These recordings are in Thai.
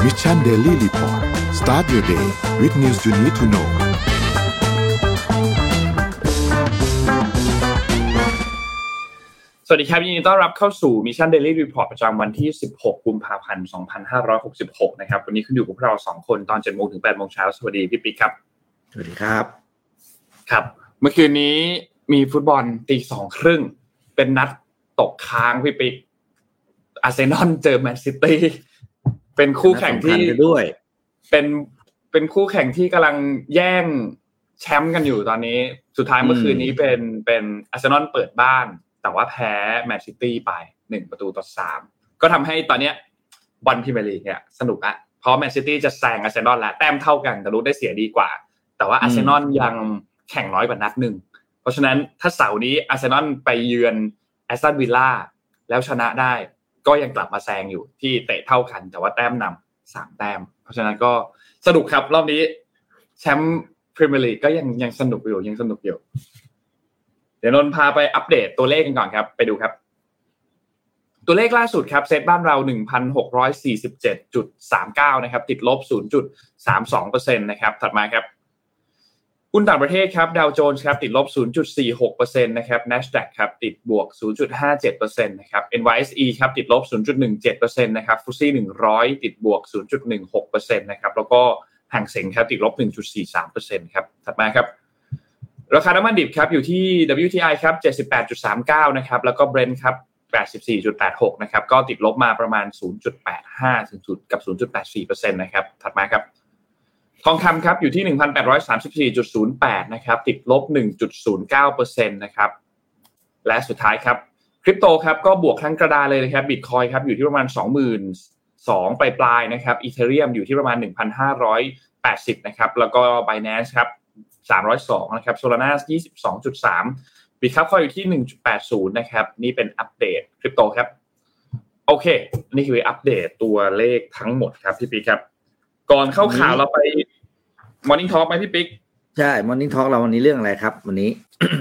Mission Daily Report start your day with news you need to know สวัสดีครับยินดีต้อนรับเข้าสู่ Mission Daily Report ประจำวันที่16กุมภาพันธ์2566นะครับวันนี้คุณอยู่กับพวกเรา2คนตอน 7:00 น. ถึง 8:00 น. เช้าสวัสดีพี่ปิ๊กครับสวัสดีครับครับเมื่อคืนนี้มีฟุตบอล 2:30 น. เป็นนัดตกค้างพี่ปิ๊กอาร์เซนอลเจอแมนซิตี้เป็นคู่แข่งที่ด้วยเป็นคู่แข่งที่กำลังแย่งแชมป์กันอยู่ตอนนี้สุดท้ายเมื่อคืนนี้เป็นอาร์เซนอลเปิดบ้านแต่ว่าแพ้แมนซิตี้ไป1-3ก็ทำให้ตอนนี้บอลพรีเมียร์ลีกเนี่ยสนุกอะเพราะแมนซิตี้จะแซงอาร์เซนอลแล้วแต้มเท่ากันแต่รู้ได้เสียดีกว่าแต่ว่าอาร์เซนอลยังแข่งน้อยกว่านัดนึงเพราะฉะนั้นถ้าเสาร์นี้อาร์เซนอลไปเยือนแอสตันวิลล่าแล้วชนะได้ก็ยังกลับมาแซงอยู่ที่เตะเท่ากันแต่ว่าแต้มนำ3แต้มเพราะฉะนั้นก็สนุกครับรอบนี้แชมป์พรีเมียร์ลีกก็ยังสนุกอยู่เดี๋ยวนนท์พาไปอัปเดตตัวเลขกันก่อนครับไปดูครับตัวเลขล่าสุดครับเซตบ้านเรา 1,647.39 นะครับติดลบ 0.32% นะครับถัดมาครับหุ้นต่างประเทศครับดาวโจนส์ครับติดลบ 0.46% นะครับ NASDAQ ครับติดบวก 0.57% นะครับ NYSE ครับติดลบ 0.17% นะครับ FTSE 100ติดบวก 0.16% นะครับแล้วก็หางเส็งครับติดลบ 1.43% ครับถัดมาครับราคาน้ำมันดิบครับอยู่ที่ WTI ครับ 78.39 นะครับแล้วก็ Brent ครับ 84.86 นะครับก็ติดลบมาประมาณ 0.85 ถึงกับ 0.84% นะครับถัดมาครับทองคำครับอยู่ที่ 1,834.08 นะครับติดลบ 1.09% นะครับและสุดท้ายครับคริปโตครับก็บวกทั้งกระดานเลยนะครับ Bitcoin ครับอยู่ที่ประมาณ 22,000 ปลายๆนะครับ Ethereum อยู่ที่ประมาณ 1,580 นะครับแล้วก็ Binance ครับ302นะครับ Solana 22.3 Bitcoin อยู่ที่ 1.80 นะครับนี่เป็นอัปเดตคริปโตครับโอเคนี่คืออัปเดตตัวเลขทั้งหมดครับพี่ปิ๊กครับก่อนเข้าข่าวเราไป Morning Talk มั้ยพี่ปิ๊กใช่ Morning Talk เราวันนี้เรื่องอะไรครับวันนี้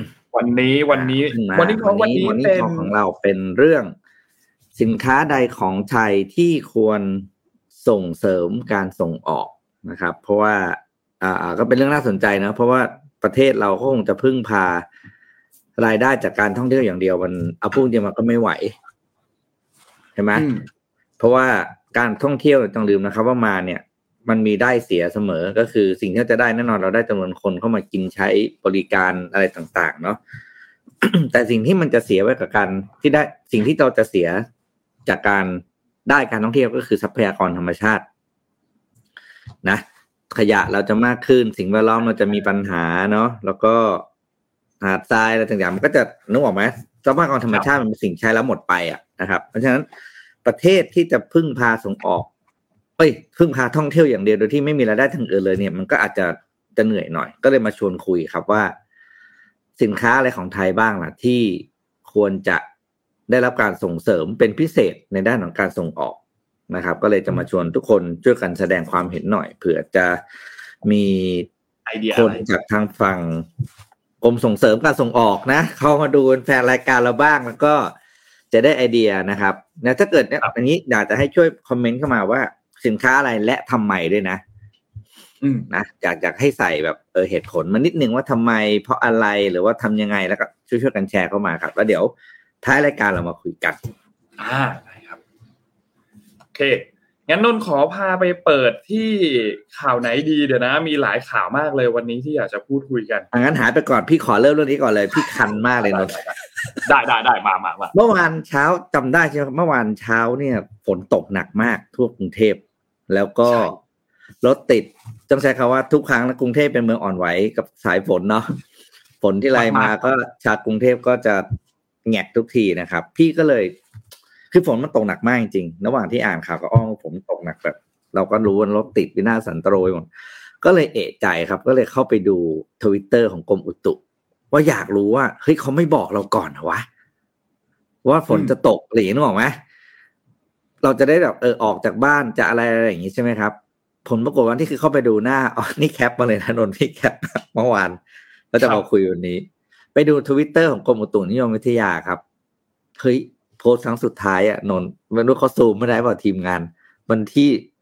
Morning Talk วันนี้เป็นของเราเป็นเรื่องสินค้าใดของไทยที่ควรส่งเสริมการส่งออกนะครับเพราะว่าก็เป็นเรื่องน่าสนใจนะเพราะว่าประเทศเราก็คงจะพึ่งพารายได้จากการท่องเที่ยวอย่างเดียวมันเอาพูดจริงมันก็ไม่ไหวใช่ไหมเพราะว่าการท่องเที่ยวต้องลืมนะครับว่ามาเนี่ยมันมีได้เสียเสมอก็คือสิ่งที่จะได้แน่นอนเราได้จำนวนคนเข้ามากินใช้บริการอะไรต่างๆเนาะ แต่สิ่งที่มันจะเสียไว้กับการที่ได้สิ่งที่เราจะเสียจากการได้การท่องเที่ยวก็คือทรัพยากรธรรมชาตินะขยะเราจะมากขึ้นสิ่งแวดล้อมเราจะมีปัญหาเนาะแล้วก็หาดทรายอะไรต่างๆมันก็จะนึกออกไหมทรัพยากรธรรมชาติมันเป็นสิ่งใช้แล้วหมดไปอ่ะนะครับเพราะฉะนั้นประเทศที่จะพึ่งพาส่งออกพึ่งพาท่องเที่ยวอย่างเดียวโดยที่ไม่มีรายได้ทางอื่นเลยเนี่ยมันก็อาจจะเหนื่อยหน่อยก็เลยมาชวนคุยครับว่าสินค้าอะไรของไทยบ้างล่ะที่ควรจะได้รับการส่งเสริมเป็นพิเศษในด้านของการส่งออกนะครับก็เลยจะมาชวนทุกคนช่วยกันแสดงความเห็นหน่อยเผื่อจะมีไอเดียคนจากทางฝั่งกรมส่งเสริมการส่งออกนะเข้ามาดูแฟนรายการเราบ้างแล้วก็จะได้ไอเดียนะครับนะถ้าเกิดเนี่ยอันนี้อยากจะให้ช่วยคอมเมนต์เข้ามาว่าสินค้าอะไรและทำไมด้วยนะนะอยากให้ใส่แบบเหตุผลมานิดนึงว่าทำไมเพราะอะไรหรือว่าทำยังไงแล้วก็ช่วยกันแชร์เข้ามาครับแล้วเดี๋ยวท้ายรายการเรามาคุยกันได้ครับโอเคงั้นนนท์ขอพาไปเปิดที่ข่าวไหนดีเดี๋ยวนะมีหลายข่าวมากเลยวันนี้ที่อยากจะพูดคุยกันงั้นหายไปก่อนพี่ขอเริ่มเรื่องนี้ก่อนเลยพี่คันมากเลยนนท์ได้มาเมื่อวานเช้าจำได้ใช่ไหมเมื่อวานเช้าเนี่ยฝนตกหนักมากทั่วกรุงเทพแล้วก็รถติดต้องใช้คำว่าทุกครั้งกรุงเทพเป็นเมืองอ่อนไหวกับสายฝนเนาะฝนที่ไรมาก็ชาวกรุงเทพก็จะแงกทุกทีนะครับพี่ก็เลยคือฝนมันตกหนักมากจริงๆระหว่างที่อ่านข่าวก็ฝนตกหนักแบบเราก็รู้ว่ารถติดวินาศสันตโรยหมดก็เลยเอะใจครับก็เลยเข้าไปดู Twitter ของกรมอุตุว่าอยากรู้ว่าเฮ้ยเขาไม่บอกเราก่อนเหรอวะว่าฝนจะตกหรือนึกออกไหมเราจะได้แบบออกจากบ้านจะอะไรอย่างงี้ใช่ไหมครับผลปรากฏว่าที่คือเข้าไปดูหน้านี่แคปมาเลยนะนนท์พี่แคปเมื่อวานแล้วจะมาคุยวันนี้ไปดู Twitter ของกรมอุตุนิยมวิทยาครับเฮ้ยโพสต์ครั้งสุดท้ายนนท์ไม่รู้เขาซูมไม่ได้เปล่าทีมงานวันที่พ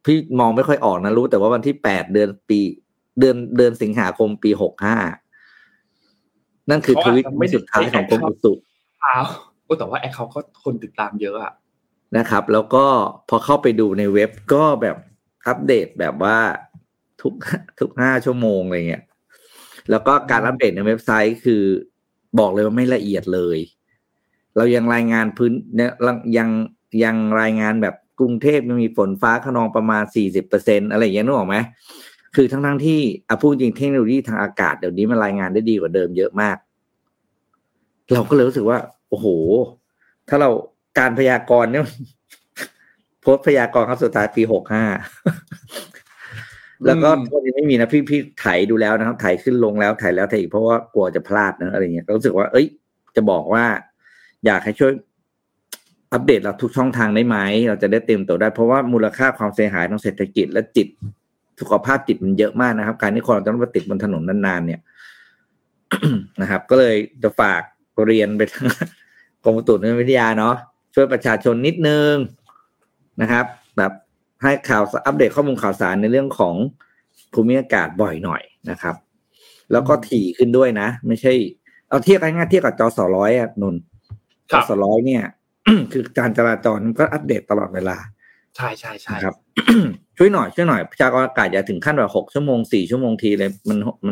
พี่มองไม่ค่อยออกนะรู้แต่ว่าวันที่8เดือนสิงหาคมปี65นั่นคือทวิตสุดท้ายของกรมอุตุแต่ว่าแอคเคาท์ก็คนติดตามเยอะอะนะครับแล้วก็พอเข้าไปดูในเว็บก็แบบอัปเดตแบบว่าทุก5ชั่วโมงอะไรเงี้ยแล้วก็การอัปเดตในเว็บไซต์คือบอกเลยว่าไม่ละเอียดเลยเรายังรายงานพื้นเนี่ยยังรายงานแบบกรุงเทพมีฝนฟ้าคะนองประมาณ 40% อะไรอย่างเงี้ยนึกออกไหมคือทั้งที่พูดจริงเทคโนโลยีทางอากาศเดี๋ยวนี้มันรายงานได้ดีกว่าเดิมเยอะมากเราก็เลยรู้สึกว่าโอ้โหถ้าเราการพยากรณ์เนี่ยโพสต์พยากรณ์ครั้งสุดท้ายปี65แล้วก็ตัวนี้ไม่มีนะพี่ไถดูแล้วนะครับไถขึ้นลงแล้วไถแล้วไถอีกเพราะว่ากลัวจะพลาดนะอะไรเงี้ยก็รู้สึกว่าจะบอกว่าอยากให้ช่วยอัปเดตเราทุกช่องทางได้ไหมเราจะได้เตรียมตัวได้เพราะว่ามูลค่าความเสียหายทางเศรษฐกิจและจิตสุขภาพจิตมันเยอะมากนะครับการที่คนเราต้องมาติดบนถนนนานๆเนี่ย นะครับก็เลยจะฝากเรียนไปทางกรมอุตุนิยมวิทยาเนาะช่วยประชาชนนิดนึงนะครับแบบให้ข่าวอัปเดตข้อมูลข่าวสารในเรื่องของภูมิอากาศบ่อยหน่อยนะครับแล้วก็ถี่ขึ้นด้วยนะไม่ใช่เอาเทียบง่ายๆเทียบกับจส.100อ่ะนนจส.100เนี่ย คือการจราจรมันก็อัปเดตตลอดเวลาใช่ๆๆครับ ช่วยหน่อยประชากรอากาศอย่าถึงขั้นแบบ6ชั่วโมง4ชั่วโมงทีเลยมัน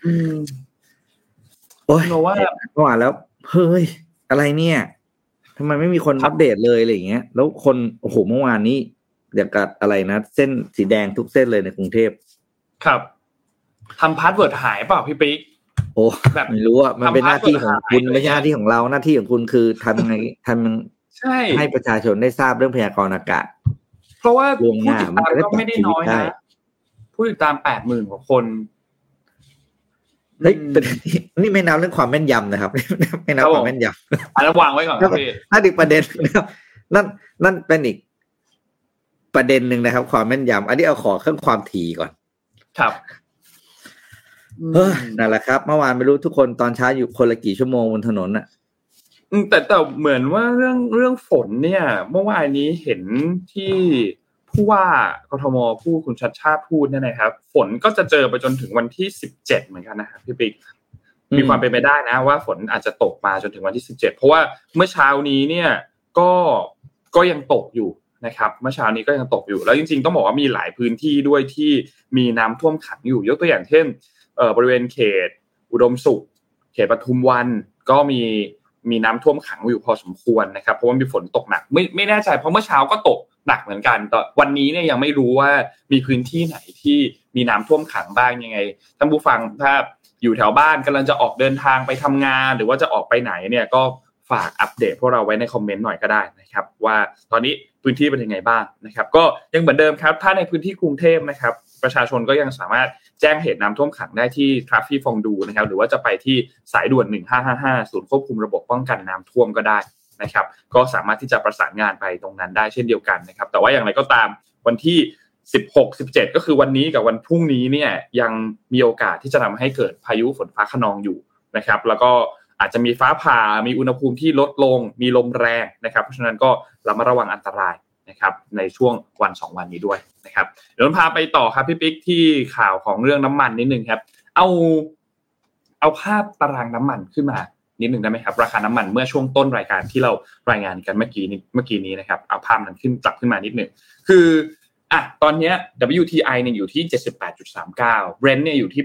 โอ๊ยเมื่อวานแล้วเฮ้ยอะไรเนี่ยทำไมไม่มีคนอัปเดตเลยอะไรอย่างเงี้ยแล้วคนโอ้โหเมื่อวานนี้เดี๋ยวกับอะไรนะเส้นสีแดงทุกเส้นเลยในกรุงเทพครับทำพาสเวิร์ดหายเปล่าพี่ปิ๊กโอ้แบบไม่รู้อ่ะมันเป็นหน้าที่ของคุณไม่ใช่หน้าที่ของเราหน้าที่ของคุณคือทำยังไงใช่ให้ประชาชนได้ทราบเรื่องพยากรณ์อากาศเพราะว่าผู้ติดตามก็ไม่ได้น้อยนะผู้ติดตาม 80,000 กว่าคนเฮ้ยนี่ไม่นับเรื่องความแม่นยำนะครับไม่นับความแม่นยำระวังไว้ก่อนครับพี่ถ้าอีกประเด็นนะครับนั่นเป็นอีกประเด็นหนึ่งนะครับความแม่นยำอันนี้เอาขอเครื่องความถี่ก่อนครับนั่นแหละครับเมื่อวานไม่รู้ทุกคนตอนเช้าอยู่คนละกี่ชั่วโมงบนถนนอ่ะแต่เหมือนว่าเรื่องฝนเนี่ยเมื่อวานนี้เห็นที่ผู้ว่ากทมผู้คุณชัชชาติพูดเนี่ยนะครับฝนก็จะเจอไปจนถึงวันที่17เหมือนกันนะครับพี่ปิ๊กมีความเป็นไปได้นะว่าฝนอาจจะตกมาจนถึงวันที่17เพราะว่าเมื่อเช้านี้เนี่ยก็ยังตกอยู่นะครับเมื่อเช้านี้ก็ยังตกอยู่แล้วจริงๆต้องบอกว่ามีหลายพื้นที่ด้วยที่มีน้ำท่วมขังอยู่ยกตัวอย่างเช่นบริเวณเขตอุดมสุขเขตปทุมวันก็มีน้ำท่วมขังอยู่พอสมควรนะครับเพราะว่ามีฝนตกหนักไม่แน่ใจเพราะเมื่อเช้าก็ตกหนักเหมือนกันแต่วันนี้เนี่ยยังไม่รู้ว่ามีพื้นที่ไหนที่มีน้ำท่วมขังบ้างยังไงท่านผู้ฟังถ้าอยู่แถวบ้านกำลังจะออกเดินทางไปทำงานหรือว่าจะออกไปไหนเนี่ยก็ฝากอัปเดตพวกเราไว้ในคอมเมนต์หน่อยก็ได้นะครับว่าตอนนี้พื้นที่เป็นยังไงบ้างนะครับก็ยังเหมือนเดิมครับถ้าในพื้นที่กรุงเทพนะครับประชาชนก็ยังสามารถแจ้งเหตุน้ำท่วมขังได้ที่ทราฟฟี่ฟองดูนะครับหรือว่าจะไปที่สายด่วน1555ศูนย์ควบคุมระบบป้องกันน้ำท่วมก็ได้นะครับก็สามารถที่จะประสานงานไปตรงนั้นได้เช่นเดียวกันนะครับแต่ว่าอย่างไรก็ตามวันที่16 17ก็คือวันนี้กับวันพรุ่งนี้เนี่ยยังมีโอกาสที่จะทำให้เกิดพายุฝนฟ้าคะนองอยู่นะครับแล้วก็อาจจะมีฟ้าผ่ามีอุณหภูมิที่ลดลงมีลมแรงนะครับเพราะฉะนั้นก็ระมัดระวังอันตรายนะครับในช่วงวัน2วันนี้ด้วยนะครับเดี๋ยวพาไปต่อครับพี่ปิ๊กที่ข่าวของเรื่องน้ำมันนิดนึงครับเอาภาพตารางน้ำมันขึ้นมานิดนึงได้ไหมครับราคาน้ำมันเมื่อช่วงต้นรายการที่เรารายงานกันเมื่อกี้นี้นะครับเอาภาพนั้นกลับขึ้นมานิดนึงคือตอนนี้ WTI เนี่ยอยู่ที่ 78.39 Brent เนี่ยอยู่ที่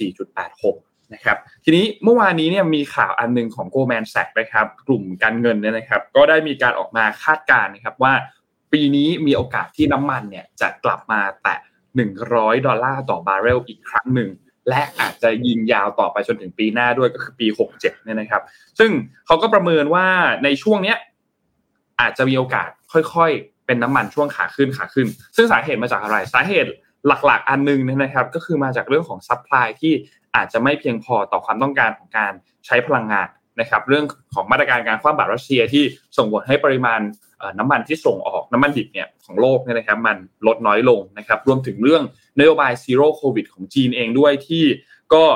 84.86 นะครับทีนี้เมื่อวานนี้เนี่ยมีข่าวอันนึงของ Goldman Sachs นะครับกลุ่มการเงินเนี่ยนะครับก็ได้มีการออกมาคาดการณ์นะครับว่าปีนี้มีโอกาสที่น้ำมันเนี่ยจะกลับมาแตะ$100ต่อบาร์เรลอีกครั้งหนึ่งและอาจจะยิงยาวต่อไปจนถึงปีหน้าด้วยก็คือปี67เนี่ยนะครับซึ่งเขาก็ประเมินว่าในช่วงเนี้ยอาจจะมีโอกาสค่อยๆเป็นน้ำมันช่วงขาขึ้นซึ่งสาเหตุมาจากอะไรสาเหตุหลักๆอันนึงนะครับก็คือมาจากเรื่องของซัพพลายที่อาจจะไม่เพียงพอต่อความต้องการของการใช้พลังงานนะครับเรื่องของมาตรการการคว่ำบาตรรัสเซียที่ส่งผลให้ปริมาณน้ำมันที่ส่งออกน้ำมันดิบเนี่ยของโลกเนี่ยนะครับมันลดน้อยลงนะครับรวมถึงเรื่องนโยบายซีโร่โควิดของจีนเองด้วยที่ก็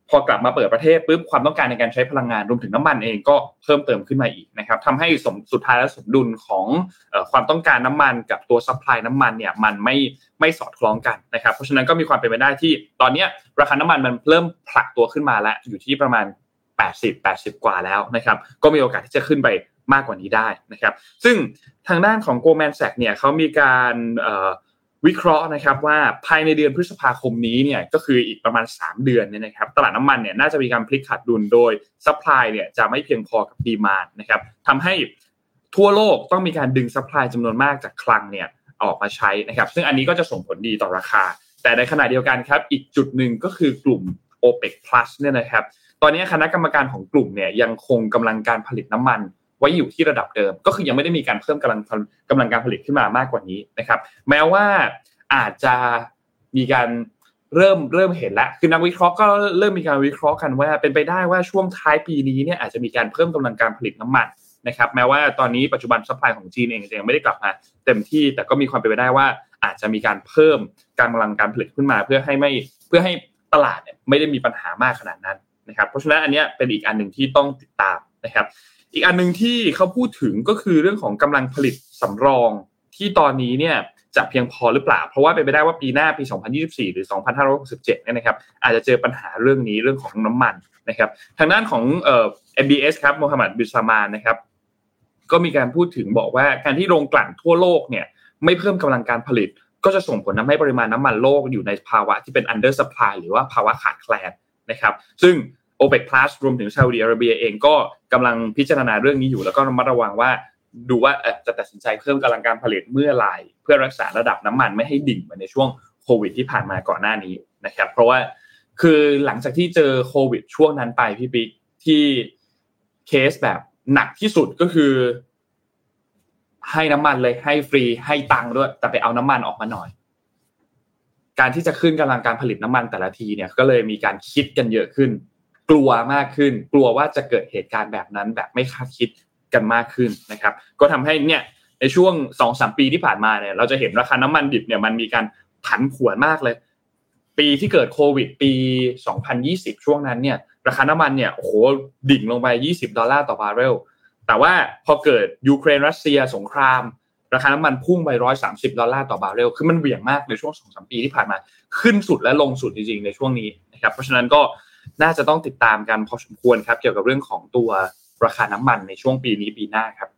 พอกลับมาเปิดประเทศปุ๊บความต้องการในการใช้พลังงานรวมถึงน้ำมันเองก็เพิ่มเติมขึ้นมาอีกนะครับทำให้สุดท้ายแล้วสมดุลของความต้องการน้ำมันกับตัวซัพพลายน้ำมันเนี่ยมันไม่สอดคล้องกันนะครับเพราะฉะนั้นก็มีความเป็นไปได้ที่ตอนนี้ราคาน้ำมันมันเริ่มผลักตัวขึ้นมาแล้วอยู่ที่ประมาณ80กว่าแล้วนะครับก็มีโอกาสที่จะขึ้นไปมากกว่านี้ได้นะครับซึ่งทางด้านของ Goldman Sachs เนี่ยเขามีการวิเคราะห์นะครับว่าภายในเดือนพฤษภาคมนี้เนี่ยก็คืออีกประมาณ3เดือนเนี่ยนะครับตลาดน้ำมันเนี่ยน่าจะมีการพลิกขาดดุลโดยซัพพลายเนี่ยจะไม่เพียงพอกับดีมานด์นะครับทำให้ทั่วโลกต้องมีการดึงซัพพลายจำนวนมากจากคลังเนี่ยออกมาใช้นะครับซึ่งอันนี้ก็จะส่งผลดีต่อราคาแต่ในขณะเดียวกันครับอีกจุดหนึ่งก็คือกลุ่ม OPEC Plus เนี่ยนะครับตอนนี้คณะกรรมการของกลุ่มเนี่ยยังคงกำลังการผลิตน้ำมันไว้อยู่ที่ระดับเดิมก็คือยังไม่ได้มีการเพิ่มกำลังการผลิตขึ้นมามากกว่านี้นะครับแม้ว่าอาจจะมีการเริ่มเห็นแล้วคือนักวิเคราะห์ก็เริ่มมีการวิเคราะห์กันว่าเป็นไปได้ว่าช่วงท้ายปีนี้เนี่ยอาจจะมีการเพิ่มกำลังการผลิตน้ำมันนะครับแม้ว่าตอนนี้ปัจจุบันซัพพลายของจีนเองยังไม่ได้กลับมาเต็มที่แต่ก็มีความเป็นไปได้ว่าอาจจะมีการเพิ่มกำลังการผลิตขึ้นมาเพื่อให้ตลาดเนี่ยไม่ได้มีปัญหามากขนาดนั้นนะครับเพราะฉะนั้นอันนี้เป็นอีกอันนึงที่ต้องติดตามนะครับอีกอันนึงที่เขาพูดถึงก็คือเรื่องของกำลังผลิตสำรองที่ตอนนี้เนี่ยจะเพียงพอหรือเปล่าเพราะว่าเป็นไปได้ว่าปีหน้าปี2024หรือ2567เนี่ยนะครับอาจจะเจอปัญหาเรื่องนี้เรื่องของน้ำมันนะครับทางด้านของMBS ครับโมฮัมหมัดบินซามานนะครับก็มีการพูดถึงบอกว่าการที่โรงกลั่นทั่วโลกเนี่ยไม่เพิ่มกำลังการผลิตก็จะส่งผลทำให้ปริมาณน้ำมันโลกอยู่ในภาวะที่เป็น under supply หรือว่าภาวะขาดแคลนนะครับซึ่ง OPEC Plus รวมถึงซาอุดิอาระเบียเองก็กำลังพิจารณาเรื่องนี้อยู่แล้วก็ระมัดระวังว่าดูว่าจะตัดสินใจเพิ่มกำลังการผลิตเมื่อไหร่เพื่อรักษาระดับน้ำมันไม่ให้ดิ่งเหมือนในช่วงโควิดที่ผ่านมาก่อนหน้านี้นะครับเพราะว่าคือหลังจากที่เจอโควิดช่วงนั้นไปพี่ปิ๊กที่เคสแบบหนักที่สุดก็คือให้น้ำมันเลยให้ฟรีให้ตังค์ด้วยแต่ไปเอาน้ำมันออกมาหน่อยการที่จะขึ้นกำลังการผลิตน้ำมันแต่ละทีเนี่ยก็เลยมีการคิดกันเยอะขึ้นกลัวมากขึ้นกลัวว่าจะเกิดเหตุการณ์แบบนั้นแบบไม่คาดคิดกันมากขึ้นนะครับก็ทำให้เนี่ยในช่วง 2-3 ปีที่ผ่านมาเนี่ยเราจะเห็นราคาน้ำมันดิบเนี่ยมันมีการผันผวนมากเลยปีที่เกิดโควิดปี2020ช่วงนั้นเนี่ยราคาน้ำมันเนี่ยโอ้โหดิ่งลงไป$20ต่อบาร์เรลแต่ว่าพอเกิดยูเครนรัสเซียสงครามราคาน้ำมันพุ่งไป$130ต่อบาร์เรลคือมันเหวี่ยงมากในช่วง 2-3 ปีที่ผ่านมาขึ้นสุดและลงสุดจริงๆในช่วงนี้นะครับเพราะฉะนั้นก็น่าจะต้องติดตามกันพอสมควรครับเกี่ยวกับเรื่องของตัวราคาน้ำมันในช่วงปีนี้ปีหน้าครับ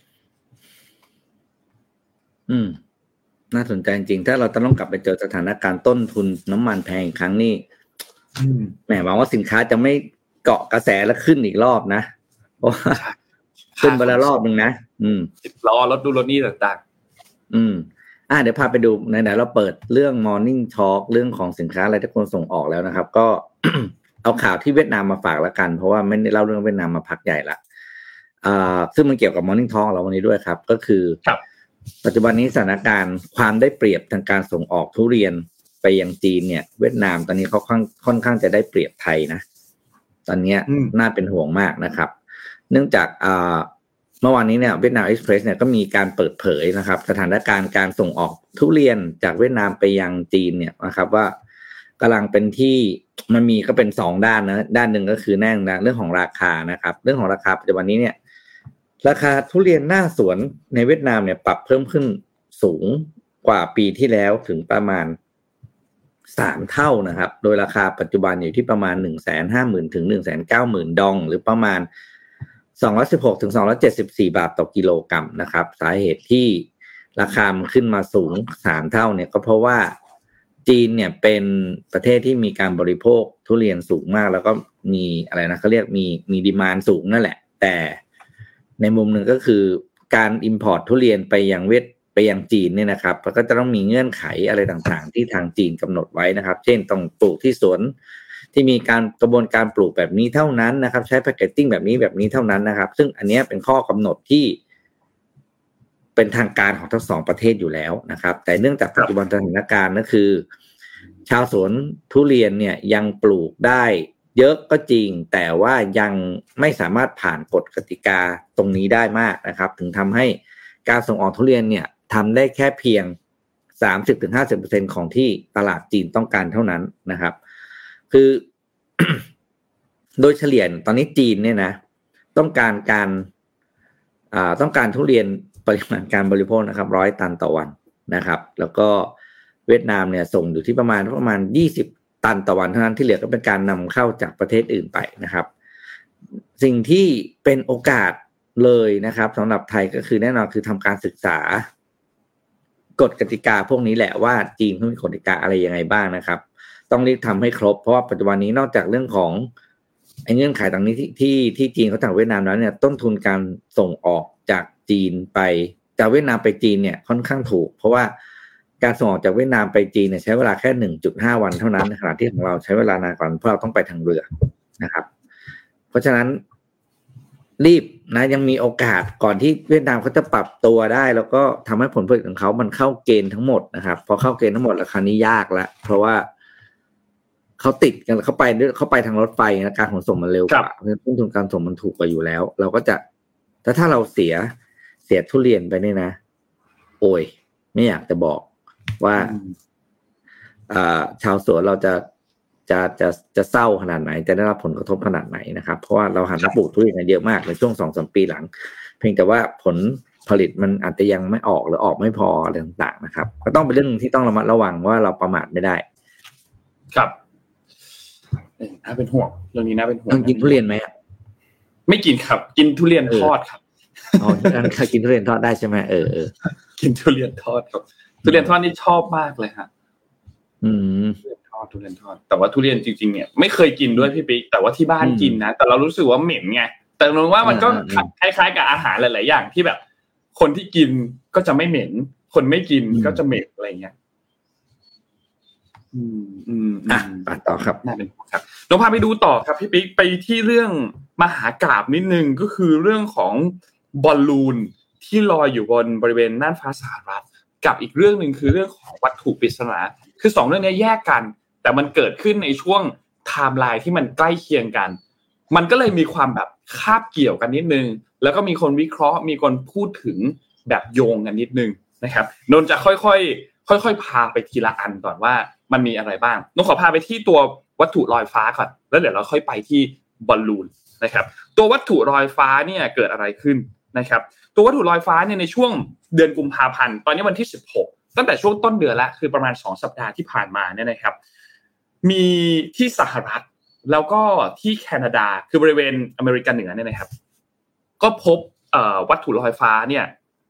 น่าสนใจจริงถ้าเราต้องกลับไปเจอสถานการณ์ต้นทุนน้ำมันแพงอีกครั้งนี่แหมหวังว่าสินค้าจะไม่เกาะกระแสแล้วขึ้นอีกรอบนะเพราะขึ้นไปแล้วรอบนึงนะรอรถดูรถนี่ต่างๆเดี๋ยวพาไปดูไหนๆเราเปิดเรื่อง Morning Talk เรื่องของสินค้าอะไรที่คนส่งออกแล้วนะครับก็ เอาข่าวที่เวียดนามมาฝากแล้วกันเพราะว่าไม่ได้เล่าเรื่องเวียดนามมาพักใหญ่ละซึ่งมันเกี่ยวกับ Morning Talk เราวันนี้ด้วยครับก็คือปัจจุบันนี้สถานการณ์ความได้เปรียบทางการส่งออกทุเรียนไปยังจีนเนี่ยเวียดนามตอนนี้เขาค่อนข้างจะได้เปรียบไทยนะตอนนี้น่าเป็นห่วงมากนะครับเนื่องจากเมื่อวานนี้เนี่ยเวียดนามเอ็กซ์เพรสเนี่ยก็มีการเปิดเผยนะครับสถานการณ์การส่งออกทุเรียนจากเวียดนามไปยังจีนเนี่ยนะครับว่ากำลังเป็นที่มันมีก็เป็น2ด้านนะด้านหนึ่งก็คือแน่นอนเรื่องของราคานะครับเรื่องของราคาปัจจุบันนี้เนี่ยราคาทุเรียนหน้าสวนในเวียดนามเนี่ยปรับเพิ่มขึ้นสูงกว่าปีที่แล้วถึงประมาณ3เท่านะครับโดยราคาปัจจุบันอยู่ที่ประมาณ 150,000 ถึง 190,000 ดองหรือประมาณ216ถึง274บาทต่อกิโลกรัมนะครับสาเหตุที่ราคามันขึ้นมาสูง3เท่าเนี่ยก็เพราะว่าจีนเนี่ยเป็นประเทศที่มีการบริโภคทุเรียนสูงมากแล้วก็มีอะไรนะเขาเรียกมีดีมานด์สูงนั่นแหละแต่ในมุมหนึ่งก็คือการอิมพอร์ตทุเรียนไปยังจีนเนี่ยนะครับมันก็จะต้องมีเงื่อนไขอะไรต่างๆที่ทางจีนกำหนดไว้นะครับเช่นต้องปลูกที่สวนที่มีการกระบวนการปลูกแบบนี้เท่านั้นนะครับใช้แพคเกจจิ้งแบบนี้เท่านั้นนะครับซึ่งอันนี้เป็นข้อกำหนดที่เป็นทางการของทั้ง2ประเทศอยู่แล้วนะครับแต่เนื่องจากปัจจุบันสถานการณ์ก็คือชาวสวนทุเรียนเนี่ยยังปลูกได้เยอะก็จริงแต่ว่ายังไม่สามารถผ่านกฎกติกาตรงนี้ได้มากนะครับถึงทำให้การส่งออกทุเรียนเนี่ยทำได้แค่เพียง 30-50% ของที่ตลาดจีนต้องการเท่านั้นนะครับคือโดยเฉลี่ยตอนนี้จีนเนี่ยนะต้องการทุเรียนปริมาณการบริโภคนะครับ100 ตันต่อวันนะครับแล้วก็เวียดนามเนี่ยส่งอยู่ที่ประมาณ20 ตันต่อวันเท่านั้นที่เหลือก็เป็นการนำเข้าจากประเทศอื่นไปนะครับสิ่งที่เป็นโอกาสเลยนะครับสำหรับไทยก็คือแน่นอนคือทำการศึกษากฎกติกาพวกนี้แหละว่าจีนเขามีกฎกติกาอะไรยังไงบ้างนะครับต้องรีบทำให้ครบเพราะว่าปัจจุบันนี้นอกจากเรื่องของเงื่อนไขต่างนี้ที่จีนเขาจากเวียดนามแล้วเนี่ยต้นทุนการส่งออกจากจีนไปจากเวียดนามไปจีนเนี่ยค่อนข้างถูกเพราะว่าการส่งออกจากเวียดนามไปจีนเนี่ยใช้เวลาแค่ 1.5 วันเท่านั้นในขณะที่ของเราใช้เวลานานกว่าเพราะเราต้องไปทางเรือนะครับเพราะฉะนั้นรีบนะยังมีโอกาสก่อนที่เวียดนามเขาจะปรับตัวได้แล้วก็ทำให้ผลผลิตของเขามันเข้าเกณฑ์ทั้งหมดนะครับพอเข้าเกณฑ์ทั้งหมดราคานี้ยากแล้วเพราะว่าเขาติดกันเขาไปทางรถไฟนะการขนส่งมันเร็วกว่าต้นทุนการส่งมันถูกกว่าอยู่แล้วเราก็จะถ้าเราเสียทุเรียนไปเนี่ยนะโอ้ยไม่อยากจะบอกว่าชาวสวนเราจะเศร้าขนาดไหนจะได้รับผลกระทบขนาดไหนนะครับเพราะว่าเราหันมาปลูกทุเรียนกันเยอะมากในช่วง 2-3 ปีหลังเพียงแต่ว่าผลผลิตมันอาจจะยังไม่ออกหรือออกไม่พออะไรต่างๆนะครับก็ต้องเป็นเรื่องที่ต้องระมัดระวังว่าเราประมาทไม่ได้ครับน่าเป็นห่วงเรื่องนี้น่าเป็นห่วงกินทุเรียนไหมไม่กินครับกินทุเรียนทอดครับอ๋อกินทุเรียนทอดได้ใช่ไหมกินทุเรียนทอดครับทุเรียนทอดนี่ชอบมากเลยฮะทุเรียนทอดแต่ว่าทุเรียนจริงๆเนี่ยไม่เคยกินด้วยพี่ปิ๊กแต่ว่าที่บ้านกินนะแต่เรารู้สึกว่าเหม็นไงแต่นึกว่ามันก็คล้ายๆกับอาหารหลายๆอย่างที่แบบคนที่กินก็จะไม่เหม็นคนไม่กินก็จะเหม็นอะไรเงี้ยต่อครับน่าเป็นครับเราพาไปดูต่อครับพี่ปิ๊กไปที่เรื่องมหากาพย์นิดนึงก็คือเรื่องของบอลลูนที่ลอยอยู่บนบริเวณน่านฟ้าสหรัฐกับอีกเรื่องนึงคือเรื่องของวัตถุปริศนาคือ2เรื่องนี้แยกกันแต่มันเกิดขึ้นในช่วงไทม์ไลน์ที่มันใกล้เคียงกันมันก็เลยมีความแบบคาบเกี่ยวกันนิดนึงแล้วก็มีคนวิเคราะห์มีคนพูดถึงแบบโยงกันนิดนึงนะครับนนจะค่อยๆพาไปทีละอันก่อนว่ามันมีอะไรบ้างนนขอพาไปที่ตัววัตถุลอยฟ้าก่อนแล้วเดี๋ยวเราค่อยไปที่บอลลูนนะครับตัววัตถุลอยฟ้าเนี่ยเกิดอะไรขึ้นนะครับตัววัตถุลอยฟ้าเนี่ยในช่วงเดือนกุมภาพันธ์ตอนนี้วันที่16ตั้งแต่ช่วงต้นเดือนละคือประมาณ2 สัปดาห์ที่ผ่านมาเนี่ยนะครับมีที่สหรัฐแล้วก็ที่แคนาดาคือบริเวณอเมริกาเหนือเนี่ยนะครับก็พบวัตถุลอยฟ้าเนี่ย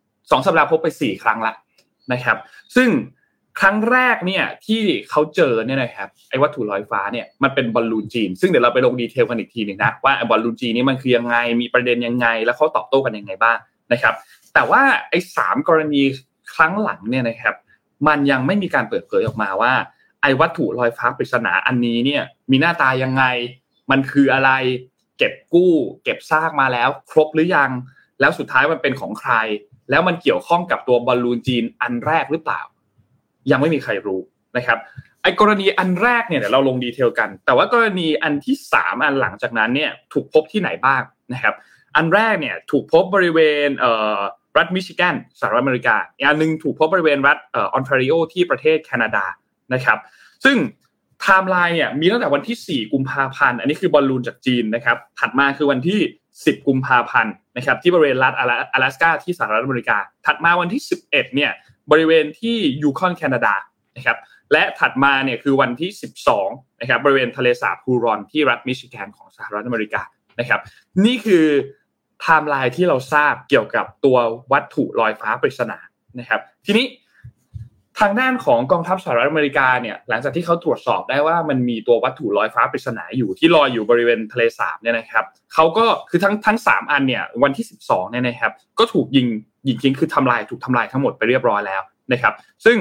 2 สัปดาห์พบไป4 ครั้งละนะครับซึ่งครั้งแรกเนี่ยที่เขาเจอเนี่ยนะครับไอ้วัตถุลอยฟ้าเนี่ยมันเป็นบอลลูนจีนซึ่งเดี๋ยวเราไปลงดีเทลกันอีกทีนึงนะว่าไอ้บอลลูนจีนนี่มันคือยังไงมีประเด็นยังไงแล้วเขาตอบโต้กันยังไงบ้างนะครับแต่ว่าไอ้3 กรณีครั้งหลังเนี่ยนะครับมันยังไม่มีการเปิดเผยออกมาว่าไอ้วัตถุลอยฟ้าปริศนาอันนี้เนี่ยมีหน้าตายังไงมันคืออะไรเก็บกู้เก็บซากมาแล้วครบหรือยังแล้วสุดท้ายมันเป็นของใครแล้วมันเกี่ยวข้องกับตัวบอลลูนจีนอันแรกหรือเปล่ายังไม่มีใครรู้นะครับไอ้กรณีอันแรกเนี่ยเดี๋ยวเราลงดีเทลกันแต่ว่ากรณีอันที่3อันหลังจากนั้นเนี่ยถูกพบที่ไหนบ้างนะครับอันแรกเนี่ยถูกพบบริเวณรัฐมิชิแกนสหรัฐอเมริกาอีกอันนึงถูกพบบริเวณรัฐออนแทรีโอที่ประเทศแคนาดานะครับซึ่งไทม์ไลน์เนี่ยมีตั้งแต่วันที่4 กุมภาพันธ์อันนี้คือบอลลูนจากจีนนะครับถัดมาคือวันที่10 กุมภาพันธ์นะครับที่บริเวณรัฐ阿拉斯加ที่สหรัฐอเมริกาถัดมาวันที่11เนี่ยบริเวณที่ยูคอนแคนาดานะครับและถัดมาเนี่ยคือวันที่12นะครับบริเวณทะเลสาบฮูรอนที่รัฐมิชิแกนของสหรัฐอเมริกานะครับนี่คือไทม์ไลน์ที่เราทราบเกี่ยวกับตัววัตถุลอยฟ้าปริศนานะครับทีนี้ทางด้านของกองทัพสหรัฐอเมริกาเนี่ยหลังจากที่เขาตรวจสอบได้ว่ามันมีตัววัตถุลอยฟ้าปริศนาอยู่ที่ลอยอยู่บริเวณทะเลสาบเนี่ยนะครับเขาก็คือทั้ง3อันเนี่ยวันที่12เนี่ยนะครับก็ถูกยิงทิ้งคือถูกทำลายทั้งหมดไปเรียบร้อยแล้วนะครับซึ่ง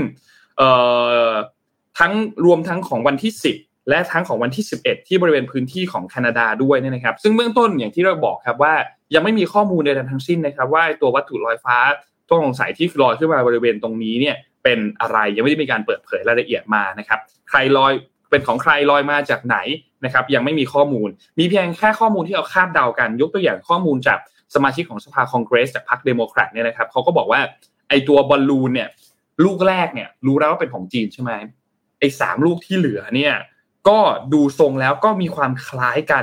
ทั้งรวมทั้งของวันที่10และทั้งของวันที่11ที่บริเวณพื้นที่ของแคนาดาด้วยเนี่ยนะครับซึ่งเบื้องต้นอย่างที่เราบอกครับว่ายังไม่มีข้อมูลใดๆทั้งสิ้นนะครับว่าตัววัตถุลอยฟ้าต้องสงสัยที่ลอยขึ้นมาบริเวณตรงนี้เนี่ยเป็นอะไรยังไม่ได้มีการเปิดเผยรายละเอียดมานะครับใครลอยเป็นของใครลอยมาจากไหนนะครับยังไม่มีข้อมูลมีเพียงแค่ข้อมูลที่เราคาดเดากันยกตัวอย่างข้อมูลจากสมาชิกของสภาคองเกรสจากพรรคเดโมแครตเนี่ยนะครับเขาก็บอกว่าไอ้ตัวบอลลูนเนี่ยลูกแรกเนี่ยรู้แล้วว่าเป็นของจีนใช่ไหมไอ้3 ลูกที่เหลือเนี่ยก็ดูทรงแล้วก็มีความคล้ายกัน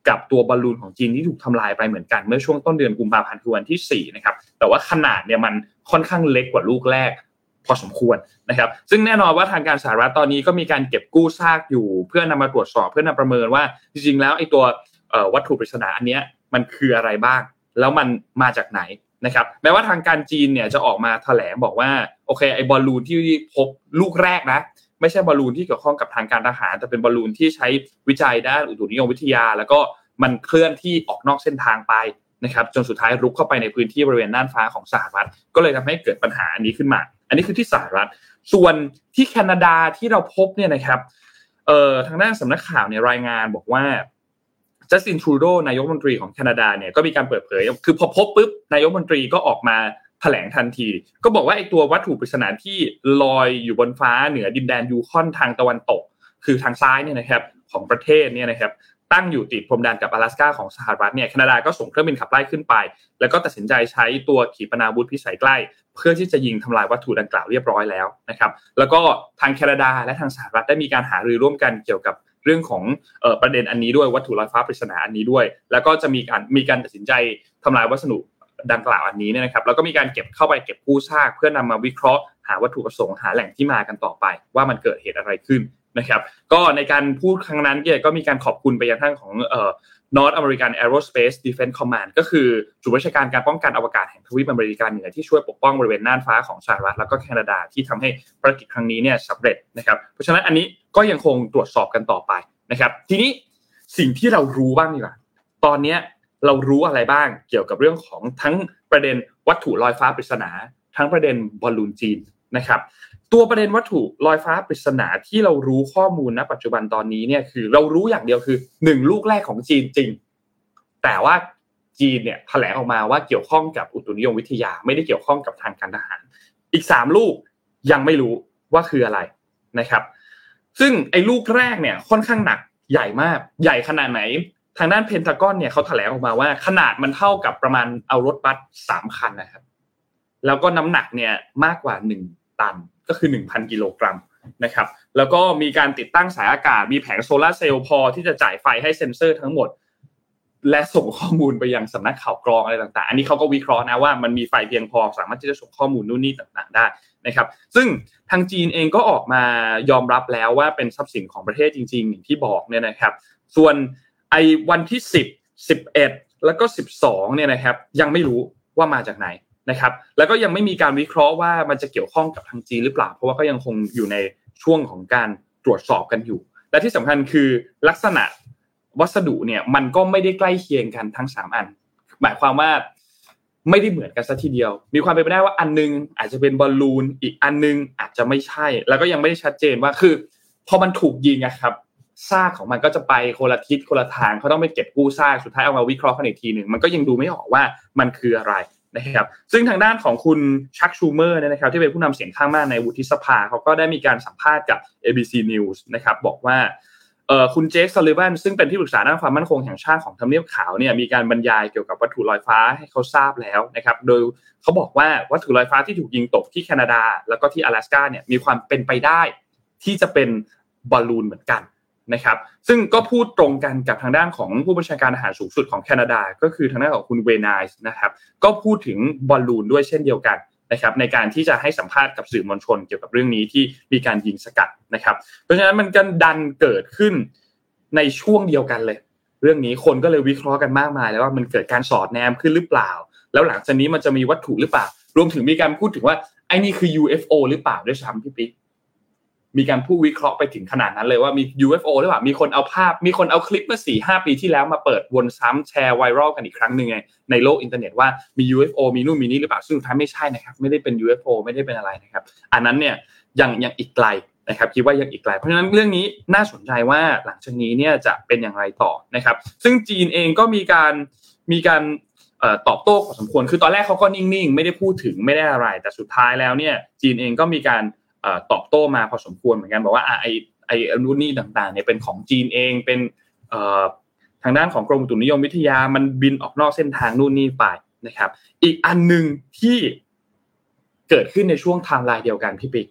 กับตัวบอลลูนของจีนที่ถูกทำลายไปเหมือนกันเมื่อช่วงต้นเดือนกุมภาพันธ์คือวันที่4นะครับแต่ว่าขนาดเนี่ยมันค่อนข้างเล็กกว่าลูกแรกพอสมควรนะครับซึ่งแน่นอนว่าทางการสหรัฐตอนนี้ก็มีการเก็บกู้ซากอยู่เพื่อนำมาตรวจสอบเพื่อนำประเมินว่าจริงๆแล้วไอ้ตัววัตถุปริศนาอันเนี้ยมันคืออะไรบ้างแล้วมันมาจากไหนนะครับแม้ว่าทางการจีนเนี่ยจะออกมาแถลงบอกว่าโอเคไอ้บอลลูนที่พบลูกแรกนะไม่ใช่บอลลูนที่เกี่ยวข้องกับทางการทหารแต่เป็นบอลลูนที่ใช้วิจัยด้านอุตุนิยมวิทยาแล้วก็มันเคลื่อนที่ออกนอกเส้นทางไปนะครับจนสุดท้ายรุกเข้าไปในพื้นที่บริเวณน่านฟ้าของสหรัฐก็เลยทำให้เกิดปัญหาอันนี้ขึ้นมาอันนี้คือที่สหรัฐส่วนที่แคนาดาที่เราพบเนี่ยนะครับทางด้านสำนักข่าวเนี่ยรายงานบอกว่าจัสตินทรูโดนายกรัฐมนตรีของแคนาดาเนี่ยก็มีการเปิดเผยคือพอพบปุ๊บนายกรัฐมนตรีก็ออกมาแถลงทันทีก็บอกว่าไอ้ตัววัตถุปริศนาที่ลอยอยู่บนฟ้าเหนือดินแดนยูคอนทางตะวันตกคือทางซ้ายเนี่ยนะครับของประเทศเนี่ยนะครับตั้งอยู่ติดพรมแดนกับ阿拉斯าของสหรัฐเนี่ยแคนาดาก็ส่งเครื่องบินขับไล่ขึ้นไปแล้วก็ตัดสินใจใช้ตัวขีปนาวุธพิสัยใกล้เพื่อที่จะยิงทำลายวัตถุดังกล่าวเรียบร้อยแล้วนะครับแล้วก็ทางแคนาดาและทางสหรัฐได้มีการหารือร่วมกันเกี่ยวกับเรื่องของประเด็นอันนี้ด้วยวัตถุลอยฟ้าปริศนาอันนี้ด้วยแล้วก็จะมีการตัดสินใจทำลายวัสดุดังกล่าวอันนี้เนี่ยนะครับแล้วก็มีการเก็บกู้ซากเพื่อนำมาวิเคราะห์หาวัตถุประสงค์หาแหล่งที่มากันต่อไปว่ามันเกิดเหตุอะไรขึ้นนะครับก็ในการพูดครั้งนั้นก็มีการขอบคุณไปยังทางของNorth American Aerospace Defense Command ก็คือศูนย์ราชการการป้องกันอวกาศแห่งทวีปอเมริกาเหนือที่ช่วยปกป้องบริเวณน่านฟ้าของสหรัฐแล้วก็แคนาดาที่ทำให้ภารกิจครั้งนี้เนี่ยสำเร็จนะครับเพราะฉะนั้นอันนี้ก็ยังคงตรวจสอบกันต่อไปนะครับทีนี้สิ่งที่เรารู้บ้างดีกว่าตอนนี้เรารู้อะไรบ้างเกี่ยวกับเรื่องของทั้งประเด็นวัตถุลอยฟ้าปริศนาทั้งประเด็นบอลลูนจีนนะครับตัวประเด็นวัตถุลอยฟ้าปริศนาที่เรารู้ข้อมูลณปัจจุบันตอนนี้เนี่ยคือเรารู้อย่างเดียวคือ1ลูกแรกของจีนจริงแต่ว่าจีนเนี่ยแถลงออกมาว่าเกี่ยวข้องกับอุตุนิยมวิทยาไม่ได้เกี่ยวข้องกับทางการทหารอีก3ลูกยังไม่รู้ว่าคืออะไรนะครับซึ่งไอ้ลูกแรกเนี่ยค่อนข้างหนักใหญ่มากใหญ่ขนาดไหนทางด้านเพนทากอนเนี่ยเขาแถลงออกมาว่าขนาดมันเท่ากับประมาณเอารถบัส3คันนะครับแล้วก็น้ำหนักเนี่ยมากกว่า1ตันก็คือ 1,000 กิโลกรัมนะครับแล้วก็มีการติดตั้งสายอากาศมีแผงโซล่าร์เซลล์พอที่จะจ่ายไฟให้เซ็นเซอร์ทั้งหมดและส่งข้อมูลไปยังสำนักข่าวกรองอะไรต่างๆอันนี้เขาก็วิเคราะห์นะว่ามันมีไฟเพียงพอสามารถที่จะส่งข้อมูลนู่นนี่ต่างๆได้นะครับซึ่งทางจีนเองก็ออกมายอมรับแล้วว่าเป็นทรัพย์สินของประเทศจริงๆอย่างที่บอกเนี่ยนะครับส่วนไอ้วันที่10 11แล้วก็12เนี่ยนะครับยังไม่รู้ว่ามาจากไหนนะครับแล้วก็ยังไม่มีการวิเคราะห์ว่ามันจะเกี่ยวข้องกับทางจีนหรือเปล่าเพราะว่าก็ยังคงอยู่ในช่วงของการตรวจสอบกันอยู่และที่สำคัญคือลักษณะวัสดุเนี่ยมันก็ไม่ได้ใกล้เคียงกันทั้ง3อันหมายความว่าไม่ได้เหมือนกันซะทีเดียวมีความเป็นไปได้ว่าอันนึงอาจจะเป็นบอลลูนอีกอันนึงอาจจะไม่ใช่แล้วก็ยังไม่ได้ชัดเจนว่าคือพอมันถูกยิงอะครับซากของมันก็จะไปคนละทิศคนละทางเขาต้องไปเก็บกู้ซากสุดท้ายเอามาวิเคราะห์กันอีกทีนึงมันก็ยังดูไม่ออกว่ามันคืออะไรนะครับซึ่งทางด้านของคุณชักชูเมอร์เนี่ยนะครับที่เป็นผู้นำเสียงข้างมากในวุฒิสภาเขาก็ได้มีการสัมภาษณ์กับ ABC News นะครับบอกว่าคุณเจคซัลลิวันซึ่งเป็นที่ปรึกษาด้านความมั่นคงแห่งชาติของทำเนียบขาวเนี่ยมีการบรรยายเกี่ยวกับวัตถุลอยฟ้าให้เขาทราบแล้วนะครับโดยเขาบอกว่าวัตถุลอยฟ้าที่ถูกยิงตกที่แคนาดาแล้วก็ที่阿拉斯าเนี่ยมีความเป็นไปได้ที่จะเป็นบอลลูนเหมือนกันนะครับซึ่งก็พูดตรงกันกับทางด้านของผู้บัญชาการทหารสูงสุดของแคนาดาก็คือทางด้านของคุณเวไนส์นะครับก็พูดถึงบอลลูนด้วยเช่นเดียวกันนะครับในการที่จะให้สัมภาษณ์กับสื่อมวลชนเกี่ยวกับเรื่องนี้ที่มีการยิงสกัดนะครับเพราะฉะนั้นมันก็ดันเกิดขึ้นในช่วงเดียวกันเลยเรื่องนี้คนก็เลยวิเคราะห์กันมากมายแล้วว่ามันเกิดการสอดแนมขึ้นหรือเปล่าแล้วหลังจากนี้มันจะมีวัตถุหรือเปล่ารวมถึงมีการพูดถึงว่าไอ้นี่คือ UFO หรือเปล่าด้วยซ้ำพี่ปิ๊กมีการพูดวิเคราะห์ไปถึงขนาดนั้นเลยว่ามี UFO หรือเปล่ามีคนเอาภาพมีคนเอาคลิปเมื่อ 4-5 ปีที่แล้วมาเปิดวนซ้ำแชร์ไวรัลกันอีกครั้งนึงในโลกอินเทอร์เน็ตว่ามี UFO มีนู่นมีนี่หรือเปล่าซึ่งสุดท้ายไม่ใช่นะครับไม่ได้เป็น UFO ไม่ได้เป็นอะไรนะครับอันนั้นเนี่ยยังอีกไกลนะครับคิดว่ายังอีกไกลเพราะฉะนั้นเรื่องนี้น่าสนใจว่าหลังจากนี้เนี่ยจะเป็นอย่างไรต่อนะครับซึ่งจีนเองก็มีการตอบโต้พอสมควรคือตอนแรกเขาก็นิ่งๆไม่ได้พูดถึงไม่ได้อะไรแต่สุดท้ายแล้วเนี่ยจีนเองก็มีการตอบโต้มาพอสมควรเหมือนกันบอกว่าไอ้นู่นนี่ต่างๆเนี่ยเป็นของจีนเองเป็นทางด้านของกรมอุตุนิยมวิทยามันบินออกนอกเส้นทางนู่นนี่ไปนะครับอีกอันนึงที่เกิดขึ้นในช่วงไทม์ไลน์เดียวกันพี่ปิ๊ก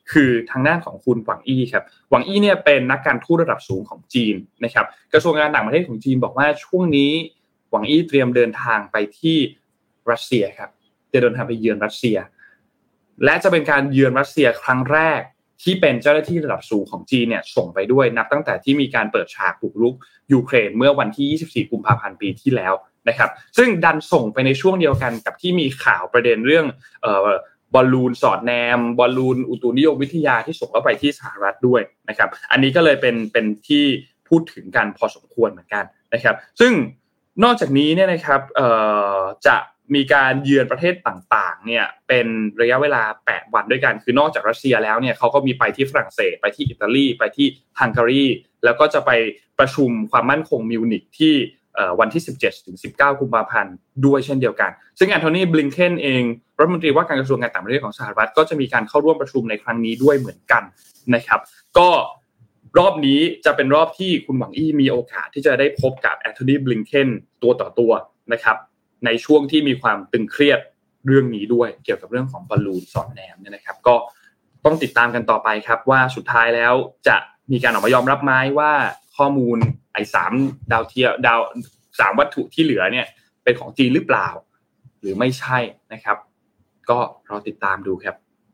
คือทางด้านของคุณหวังอี้ครับหวังอี้เนี่ยเป็นนักการทูตระดับสูงของจีนนะครับกระทรวงการต่างประเทศของจีนบอกว่าช่วงนี้หวังอี้เตรียมเดินทางไปที่รัสเซียครับจะเดินทางไปเยือนรัสเซียและจะเป็นการเยือนรัสเซียครั้งแรกที่เป็นเจ้าหน้าที่ระดับสูงของจีนเนี่ยส่งไปด้วยนับตั้งแต่ที่มีการเปิดฉากบุกรุกยูเครนเมื่อวันที่24กุมภาพันธ์ปีที่แล้วนะครับซึ่งดันส่งไปในช่วงเดียวกันกับที่มีข่าวประเด็นเรื่องบอลลูนสอดแนมบอลลูนอุตุนิยมวิทยาที่ส่งเข้าไปที่สหรัฐด้วยนะครับอันนี้ก็เลยเป็นที่พูดถึงกันพอสมควรเหมือนกันนะครับซึ่งนอกจากนี้เนี่ยนะครับจะมีการเยือนประเทศต่างๆเนี่ยเป็นระยะเวลา8วันด้วยกันคือนอกจากรัสเซียแล้วเนี่ยเขาก็มีไปที่ฝรั่งเศสไปที่อิตาลีไปที่ฮังการีแล้วก็จะไปประชุมความมั่นคงมิวนิกที่วันที่17ถึง19กุมภาพันธ์ด้วยเช่นเดียวกันซึ่งแอนโทนีบลิงเคนเองรัฐมนตรีว่าการกระทรวงการต่างประเทศของสหรัฐก็จะมีการเข้าร่วมประชุมในครั้งนี้ด้วยเหมือนกันนะครับก็รอบนี้จะเป็นรอบที่คุณหวังอี้มีโอกาสที่จะได้พบกับแอนโทนีบลิงเคนตัวต่อตัวนะครับในช่วงที่มีความตึงเครียดเรื่องนี้ด้วยเกี่ยวกับเรื่องของบอลลูนสอดแนมเนี่ยนะครับก็ต้องติดตามกันต่อไปครับว่าสุดท้ายแล้วจะมีการออกมายอมรับไหมว่าข้อมูลไอ้3ดาวเทียมดาว3วัตถุที่เหลือเนี่ยเป็นของจีนหรือเปล่าหรือไม่ใช่นะครับก็รอติดตามดูครับ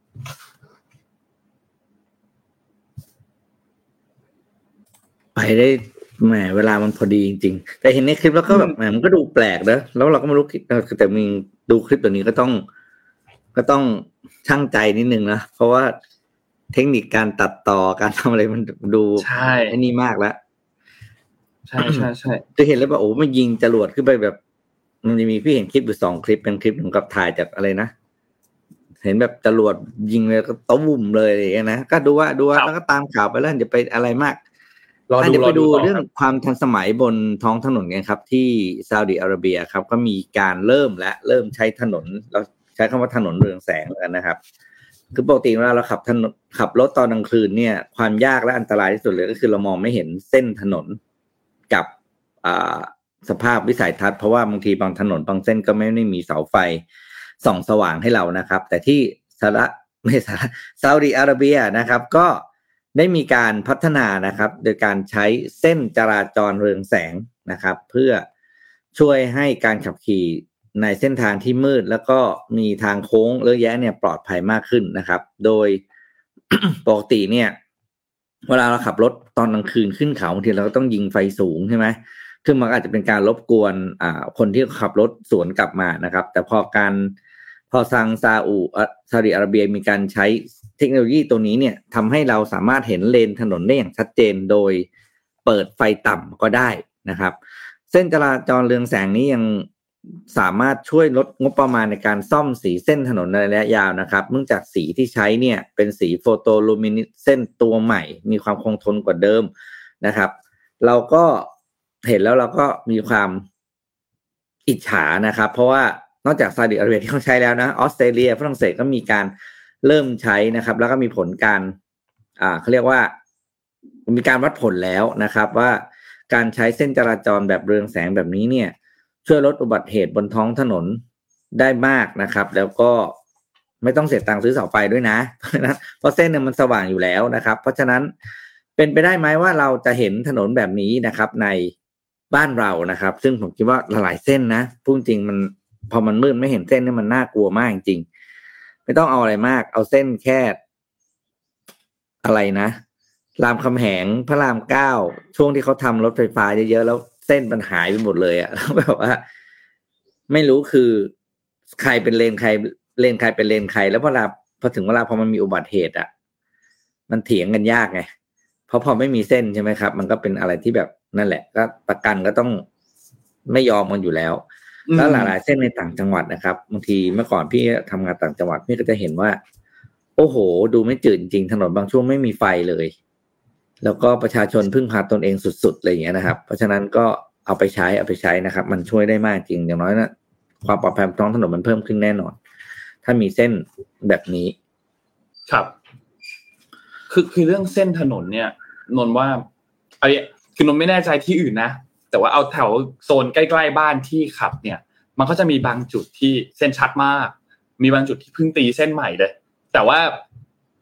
ไปได้แหมเวลามันพอดีจริงๆแต่เห็นในคลิปแล้วก็แบบแหมมันก็ดูแปลกนะแล้วเราก็ไม่รู้แต่มีดูคลิปตัวนี้ก็ต้องชั่งใจนิดนึงนะเพราะว่าเทคนิคการตัดต่อการทำอะไรมันดูไอ้นี่มากแล้วใช่ๆๆจะเห็นแล้วว่าโอ้มันยิงจรวดขึ้นไปแบบมันจะมีพี่เห็นคลิปอยู่2คลิปเป็นคลิปนึงกับถ่ายจากอะไรนะเห็นแบบจรวดยิงเลยก็ตุ้มเลยอะไรอย่างเงี้ยนะก็ดูว่าแล้วก็ตามข่าวไปแล้วจะไปอะไรมากเดี๋ยวไปดูเรื่องความทันสมัยบนท้องถนนกันครับที่ซาอุดิอาระเบียครับก็มีการเริ่มใช้ถนนเราใช้คำว่าถนนเรืองแสงกันนะครับคือปกติเวลาเราขับรถตอนกลางคืนเนี่ยความยากและอันตรายที่สุดเลยก็คือเรามองไม่เห็นเส้นถนนกับสภาพวิสัยทัศน์เพราะว่าบางทีบางถนนบางเส้นก็ไม่ได้มีเสาไฟส่องสว่างให้เรานะครับแต่ที่ซาอุดิอาระเบียนะครับก็ได้มีการพัฒนานะครับโดยการใช้เส้นจราจรเรืองแสงนะครับเพื่อช่วยให้การขับขี่ในเส้นทางที่มืดแล้วก็มีทางโค้งเยอะแยะเนี่ยปลอดภัยมากขึ้นนะครับโดย ปกติเนี่ยเวลาเราขับรถตอนกลางคืนขึ้นเขาบางทีเราก็ต้องยิงไฟสูงใช่ไหมซึ่งมันอาจจะเป็นการรบกวนคนที่ขับรถสวนกลับมานะครับแต่พอทางซาอุดิอาระเบียมีการใช้เทคโนโลยีตัวนี้เนี่ยทำให้เราสามารถเห็นเลนถนนได้อย่างชัดเจนโดยเปิดไฟต่ำก็ได้นะครับเส้นจราจรเรืองแสงนี้ยังสามารถช่วยลดงบประมาณในการซ่อมสีเส้นถนนในระยะยาวนะครับเนื่องจากสีที่ใช้เนี่ยเป็นสีโฟโตลูมิเนเซนต์ตัวใหม่มีความคงทนกว่าเดิมนะครับเราก็เห็นแล้วเราก็มีความอิจฉานะครับเพราะว่านอกจากซาอุดิอาระเบียที่เขาใช้แล้วนะออสเตรเลียฝรั่งเศสก็มีการเริ่มใช้นะครับแล้วก็มีผลการเขาเรียกว่ามีการวัดผลแล้วนะครับว่าการใช้เส้นจราจรแบบเรืองแสงแบบนี้เนี่ยช่วยลดอุบัติเหตุบนท้องถนนได้มากนะครับแล้วก็ไม่ต้องเสียตังค์ซื้อเสาไฟด้วยนะเพราะเส้นเนี่ยมันสว่างอยู่แล้วนะครับเพราะฉะนั้นเป็นไปได้ไหมว่าเราจะเห็นถนนแบบนี้นะครับในบ้านเรานะครับซึ่งผมคิดว่าหลายเส้นนะพูดจริงมันพอมันมืดไม่เห็นเส้นนี่มันน่ากลัวมากจริงไม่ต้องเอาอะไรมากเอาเส้นแค่อะไรนะรามคำแหงพระราม9ช่วงที่เขาทำรถไฟฟ้าเยอะๆแล้วเส้นมันหายไปหมดเลยอ่ะแล้วแบบว่าไม่รู้คือใครเป็นเลนใครเป็นเลนใครแล้วพอถึงเวลาพอมันมีอุบัติเหตุอ่ะมันเถียงกันยากไงเพราะพอไม่มีเส้นใช่ไหมครับมันก็เป็นอะไรที่แบบนั่นแหละก็ประกันก็ต้องไม่ยอมกันอยู่แล้วแล้วหลายๆเส้นในต่างจังหวัดนะครับบางทีเมื่อก่อนพี่ทำงานต่างจังหวัดพี่ก็จะเห็นว่าโอ้โหดูไม่จืดจริงถนนบางช่วงไม่มีไฟเลยแล้วก็ประชาชนพึ่งพาตนเองสุดๆอะไรอย่างเงี้ยนะครับเพราะฉะนั้นก็เอาไปใช้นะครับมันช่วยได้มากจริงอย่างน้อยนะความปลอดภัยบนท้องถนนมันเพิ่มขึ้นแน่นอนถ้ามีเส้นแบบนี้ครับคือเรื่องเส้นถนนเนี่ยนนว่าไอ้คือนนไม่แน่ใจที่อื่นนะแต่ว่าเอาแถวโซนใกล้ๆบ้านที่ขับเนี่ยมันก็จะมีบางจุดที่เส้นชัดมากมีบางจุดที่เพิ่งตีเส้นใหม่เลยแต่ว่า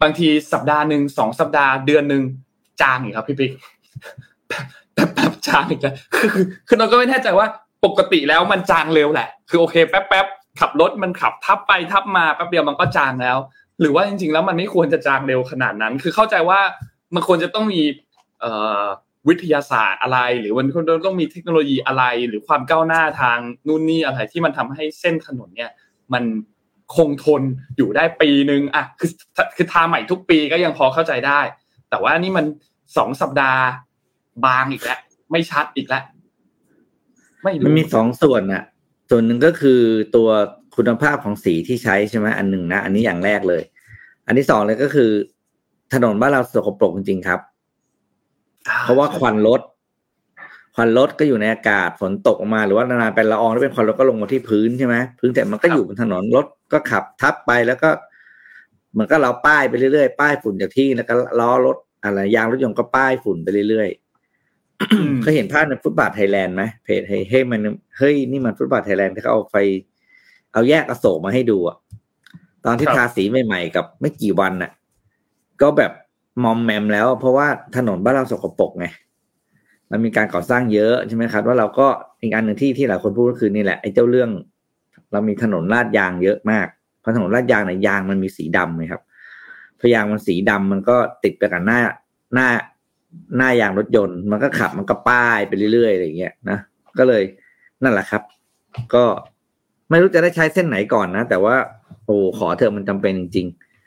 บางทีสัปดาห์นึง2สัปดาห์เดือนนึงจางอีกครับพี่ปิ๊กแป๊บจางอีกแล้วคือเราก็ไม่แน่ใจว่าปกติแล้วมันจางเร็วแหละคือโอเคแป๊บขับรถมันขับทับไปทับมาแป๊บเดียวมันก็จางแล้วหรือว่าจริงๆแล้วมันไม่ควรจะจางเร็วขนาดนั้นคือเข้าใจว่ามันควรจะต้องมีวิทยาศาสตร์อะไรหรือมันต้องมีเทคโนโลยีอะไรหรือความก้าวหน้าทางนู่นนี่อะไรที่มันทำให้เส้นถนนเนี่ยมันคงทนอยู่ได้ปีนึงอ่ะคือทาใหม่ทุกปีก็ยังพอเข้าใจได้แต่ว่านี่มัน2สัปดาห์บางอีกแล้วไม่ชัดอีกแล้วมันมี2ส่วนน่ะส่วนหนึ่งก็คือตัวคุณภาพของสีที่ใช้ใช่ไหมอันหนึ่งนะอันนี้อย่างแรกเลยอันที่2เลยก็คือถนนบ้านเราสกปรกจริงๆครับเพราะว่าควันรถก็อยู่ในอากาศฝนตกออกมาหรือว่านานๆเป็นละอองแล้วเป็นควันรถก็ลงมาที่พื้นใช่ไหมพื้นแต่มันก็อยู่บนถนนรถก็ขับทับไปแล้วก็มันก็เราป้ายไปเรื่อยๆป้ายฝุ่นจากที่แล้วก็ล้อรถอะไรยางรถยนต์ก็ป้ายฝุ่นไปเรื่อยๆเคยเห็นภาพในฟุตบาทไทยแลนด์ไหมเพจให้มันเฮ้ยนี่มันฟุตบาทไทยแลนด์ที่เขาเอาแยกอโศกมาให้ดูอ่ะตอนที่ทาสีใหม่ๆกับไม่กี่วันน่ะก็แบบมอมแมมแล้วเพราะว่าถนนบ้านเราสกปรกไงมันมีการก่อสร้างเยอะใช่ไหมครับว่าเราก็อีกอันหนึ่งที่หลายคนพูดก็คือนี่แหละไอ้เจ้าเรื่องเรามีถนนลาดยางเยอะมากเพราะถนนลาดยางเนี่ยยางมันมีสีดำไหมครับพอยางมันสีดำมันก็ติดไปกับหน้ายางรถยนต์มันก็ขับมันก็ป้ายไปเรื่อยๆอะไรอย่างเงี้ยนะก็เลยนั่นแหละครับก็ไม่รู้จะได้ใช้เส้นไหนก่อนนะแต่ว่าโอ้ขอเถอะมันจำเป็นจริง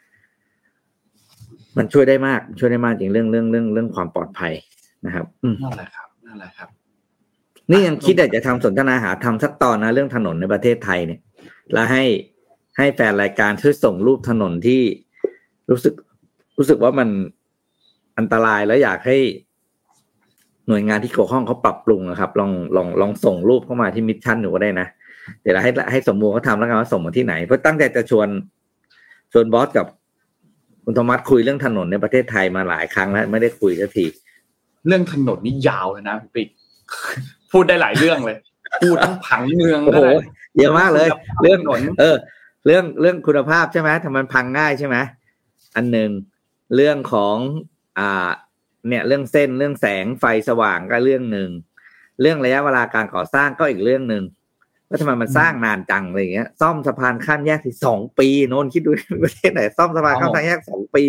ๆมันช่วยได้มากจริงเรื่องความปลอดภัยนะครับนั่นแหละครับนี่ยังคิดจะทำสนทนาหาทำสักตอนนะเรื่องถนนในประเทศไทยเนี่ยแล้วให้แฟนรายการช่วยส่งรูปถนนที่รู้สึกว่ามันอันตรายแล้วอยากให้หน่วยงานที่เกี่ยวข้องเขาปรับปรุงนะครับลองส่งรูปเข้ามาที่มิชชั่นหนูก็ได้นะเดี๋ยวเราให้สมมูลเขาทำแล้วกันว่าส่งมาที่ไหนเพราะตั้งใจจะชวนบอสกับคุณโทมัสคุยเรื่องถนนในประเทศไทยมาหลายครั้งแล้วไม่ได้คุยสักทีเรื่องถนนนี่ยาวเลยนะพี่ปิ๊กพูดได้หลายเรื่องเลยพูดทั้งผังเมืองโอ้โหเยอะมากเลยเรื่องถนนเรื่องคุณภาพใช่ไหมทำมันพังง่ายใช่ไหมอันหนึ่งเรื่องของเนี่ยเรื่องเส้นเรื่องแสงไฟสว่างก็เรื่องนึงเรื่องระยะเวลาการก่อสร้างก็อีกเรื่องนึงว่าทำไมมันสร้างนานจังอะไรอย่างเงี้ยซ่อมสะพานข้ามแยกที่2 ปีโน่นคิดดูประเทศไหนซ่อมสะพานข้ามแยก2 ปี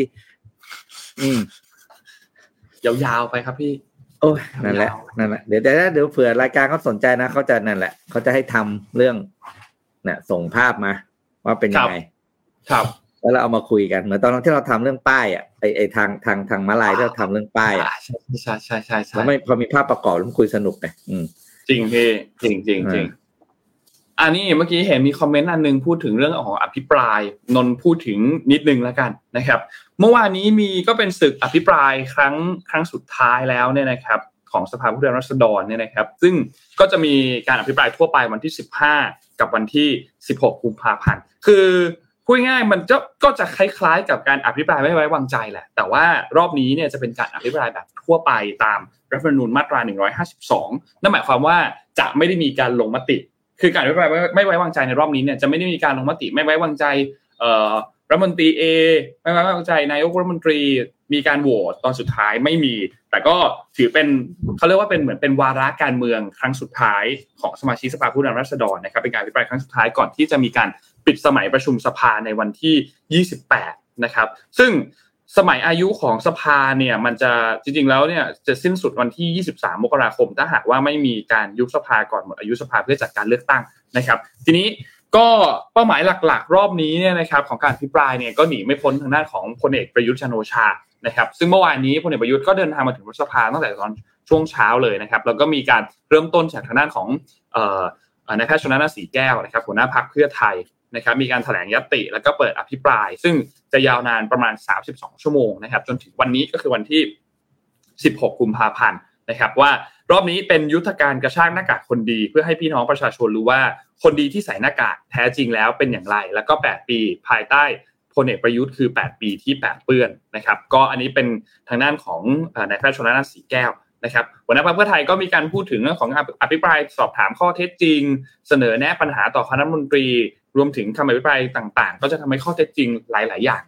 ยาวๆไปครับพี่โอ้ยนั่นแหละเดี๋ยวเผื่อรายการเขาสนใจนะเขาจะนั่นแหละเขาจะให้ทำเรื่องเนี่ยส่งภาพมาว่าเป็นยังไงครับแล้วเราเอามาคุยกันเหมือนตอนที่เราทำเรื่องป้ายอ่ะไอทางม้าลายที่เราทำเรื่องป้ายอ่ะใช่แล้วไม่พอมีภาพประกอบแล้วคุยสนุกไงจริงพี่จริงอันนี้เมื่อกี้เห็นมีคอมเมนต์อันนึงพูดถึงเรื่องของอภิปรายนนพูดถึงนิดนึงแล้วกันนะครับเมื่อวานนี้ก็เป็นศึกอภิปรายครั้งสุดท้ายแล้วเนี่ยนะครับของสภาผู้แทนราษฎรเนี่ยนะครับซึ่งก็จะมีการอภิปรายทั่วไปวันที่15กับวันที่16กุมภาพันธ์คือพูดง่ายมันก็จะคล้ายๆกับการอภิปรายไม่ไว้วางใจแหละแต่ว่ารอบนี้เนี่ยจะเป็นการอภิปรายแบบทั่วไปตามรัฐธรรมนูญมาตรา152นั่นหมายความว่าจะไม่ได้มีการลงมติคือการอภิปรายไม่ไว้วางใจในรอบนี้เนี่ยจะไม่ได้มีการลงมติไม่ไว้วางใจรัฐมนตรีAไม่ไว้วางใจนายกรัฐมนตรีมีการโหวตตอนสุดท้ายไม่มีแต่ก็ถือเป็นเขาเรียกว่าเป็นเหมือนเป็นวาระการเมืองครั้งสุดท้ายของสมาชิกสภาผู้แทนราษฎรนะครับเป็นการอภิปรายครั้งสุดท้ายก่อนที่จะมีการปิดสมัยประชุมสภาในวันที่28นะครับซึ่งสมัยอายุของสภาเนี่ยมันจะจริงๆแล้วเนี่ยจะสิ้นสุดวันที่23มกราคมถ้าหากว่าไม่มีการยุบสภาก่อนหมดอายุสภาเพื่อจัดการเลือกตั้งนะครับทีนี้ก็เป้าหมายหลักๆรอบนี้เนี่ยนะครับของการอภิปรายเนี่ยก็หนีไม่พ้นทางด้านของพลเอกประยุทธ์จันทร์โอชานะครับซึ่งเมื่อวานนี้พลเอกประยุทธ์ก็เดินทางมาถึงรัฐสภาตั้งแต่ตอนช่วงเช้าเลยนะครับแล้วก็มีการเริ่มต้นจากทางด้านของนายแพทย์ชลน่านศรีแก้วนะครับหัวหน้าพรรคเพื่อไทยนะครับมีการแถลงญัตติแล้วก็เปิดอภิปรายซึ่งจะยาวนานประมาณ32ชั่วโมงนะครับจนถึงวันนี้ก็คือวันที่16กุมภาพันธ์นะครับว่ารอบนี้เป็นยุทธการกระชากหน้ากากคนดีเพื่อให้พี่น้องประชาชนรู้ว่าคนดีที่ใส่หน้ากากแท้จริงแล้วเป็นอย่างไรแล้วก็8ปีภายใต้พลเอกประยุทธ์คือ8ปีที่8เปื้อนนะครับก็อันนี้เป็นทางด้านของนายแพทย์ชลน่านศรีแก้วนะครับหัวหน้าพรรคเพื่อไทยก็มีการพูดถึงเรื่องของอภิปรายสอบถามข้อเท็จจริงเสนอแนะปัญหาต่อคณะรัฐมนตรีรวมถึงคำอภิปรายต่างๆก็จะทำให้ข้อเท็จจริงหลายๆอย่างป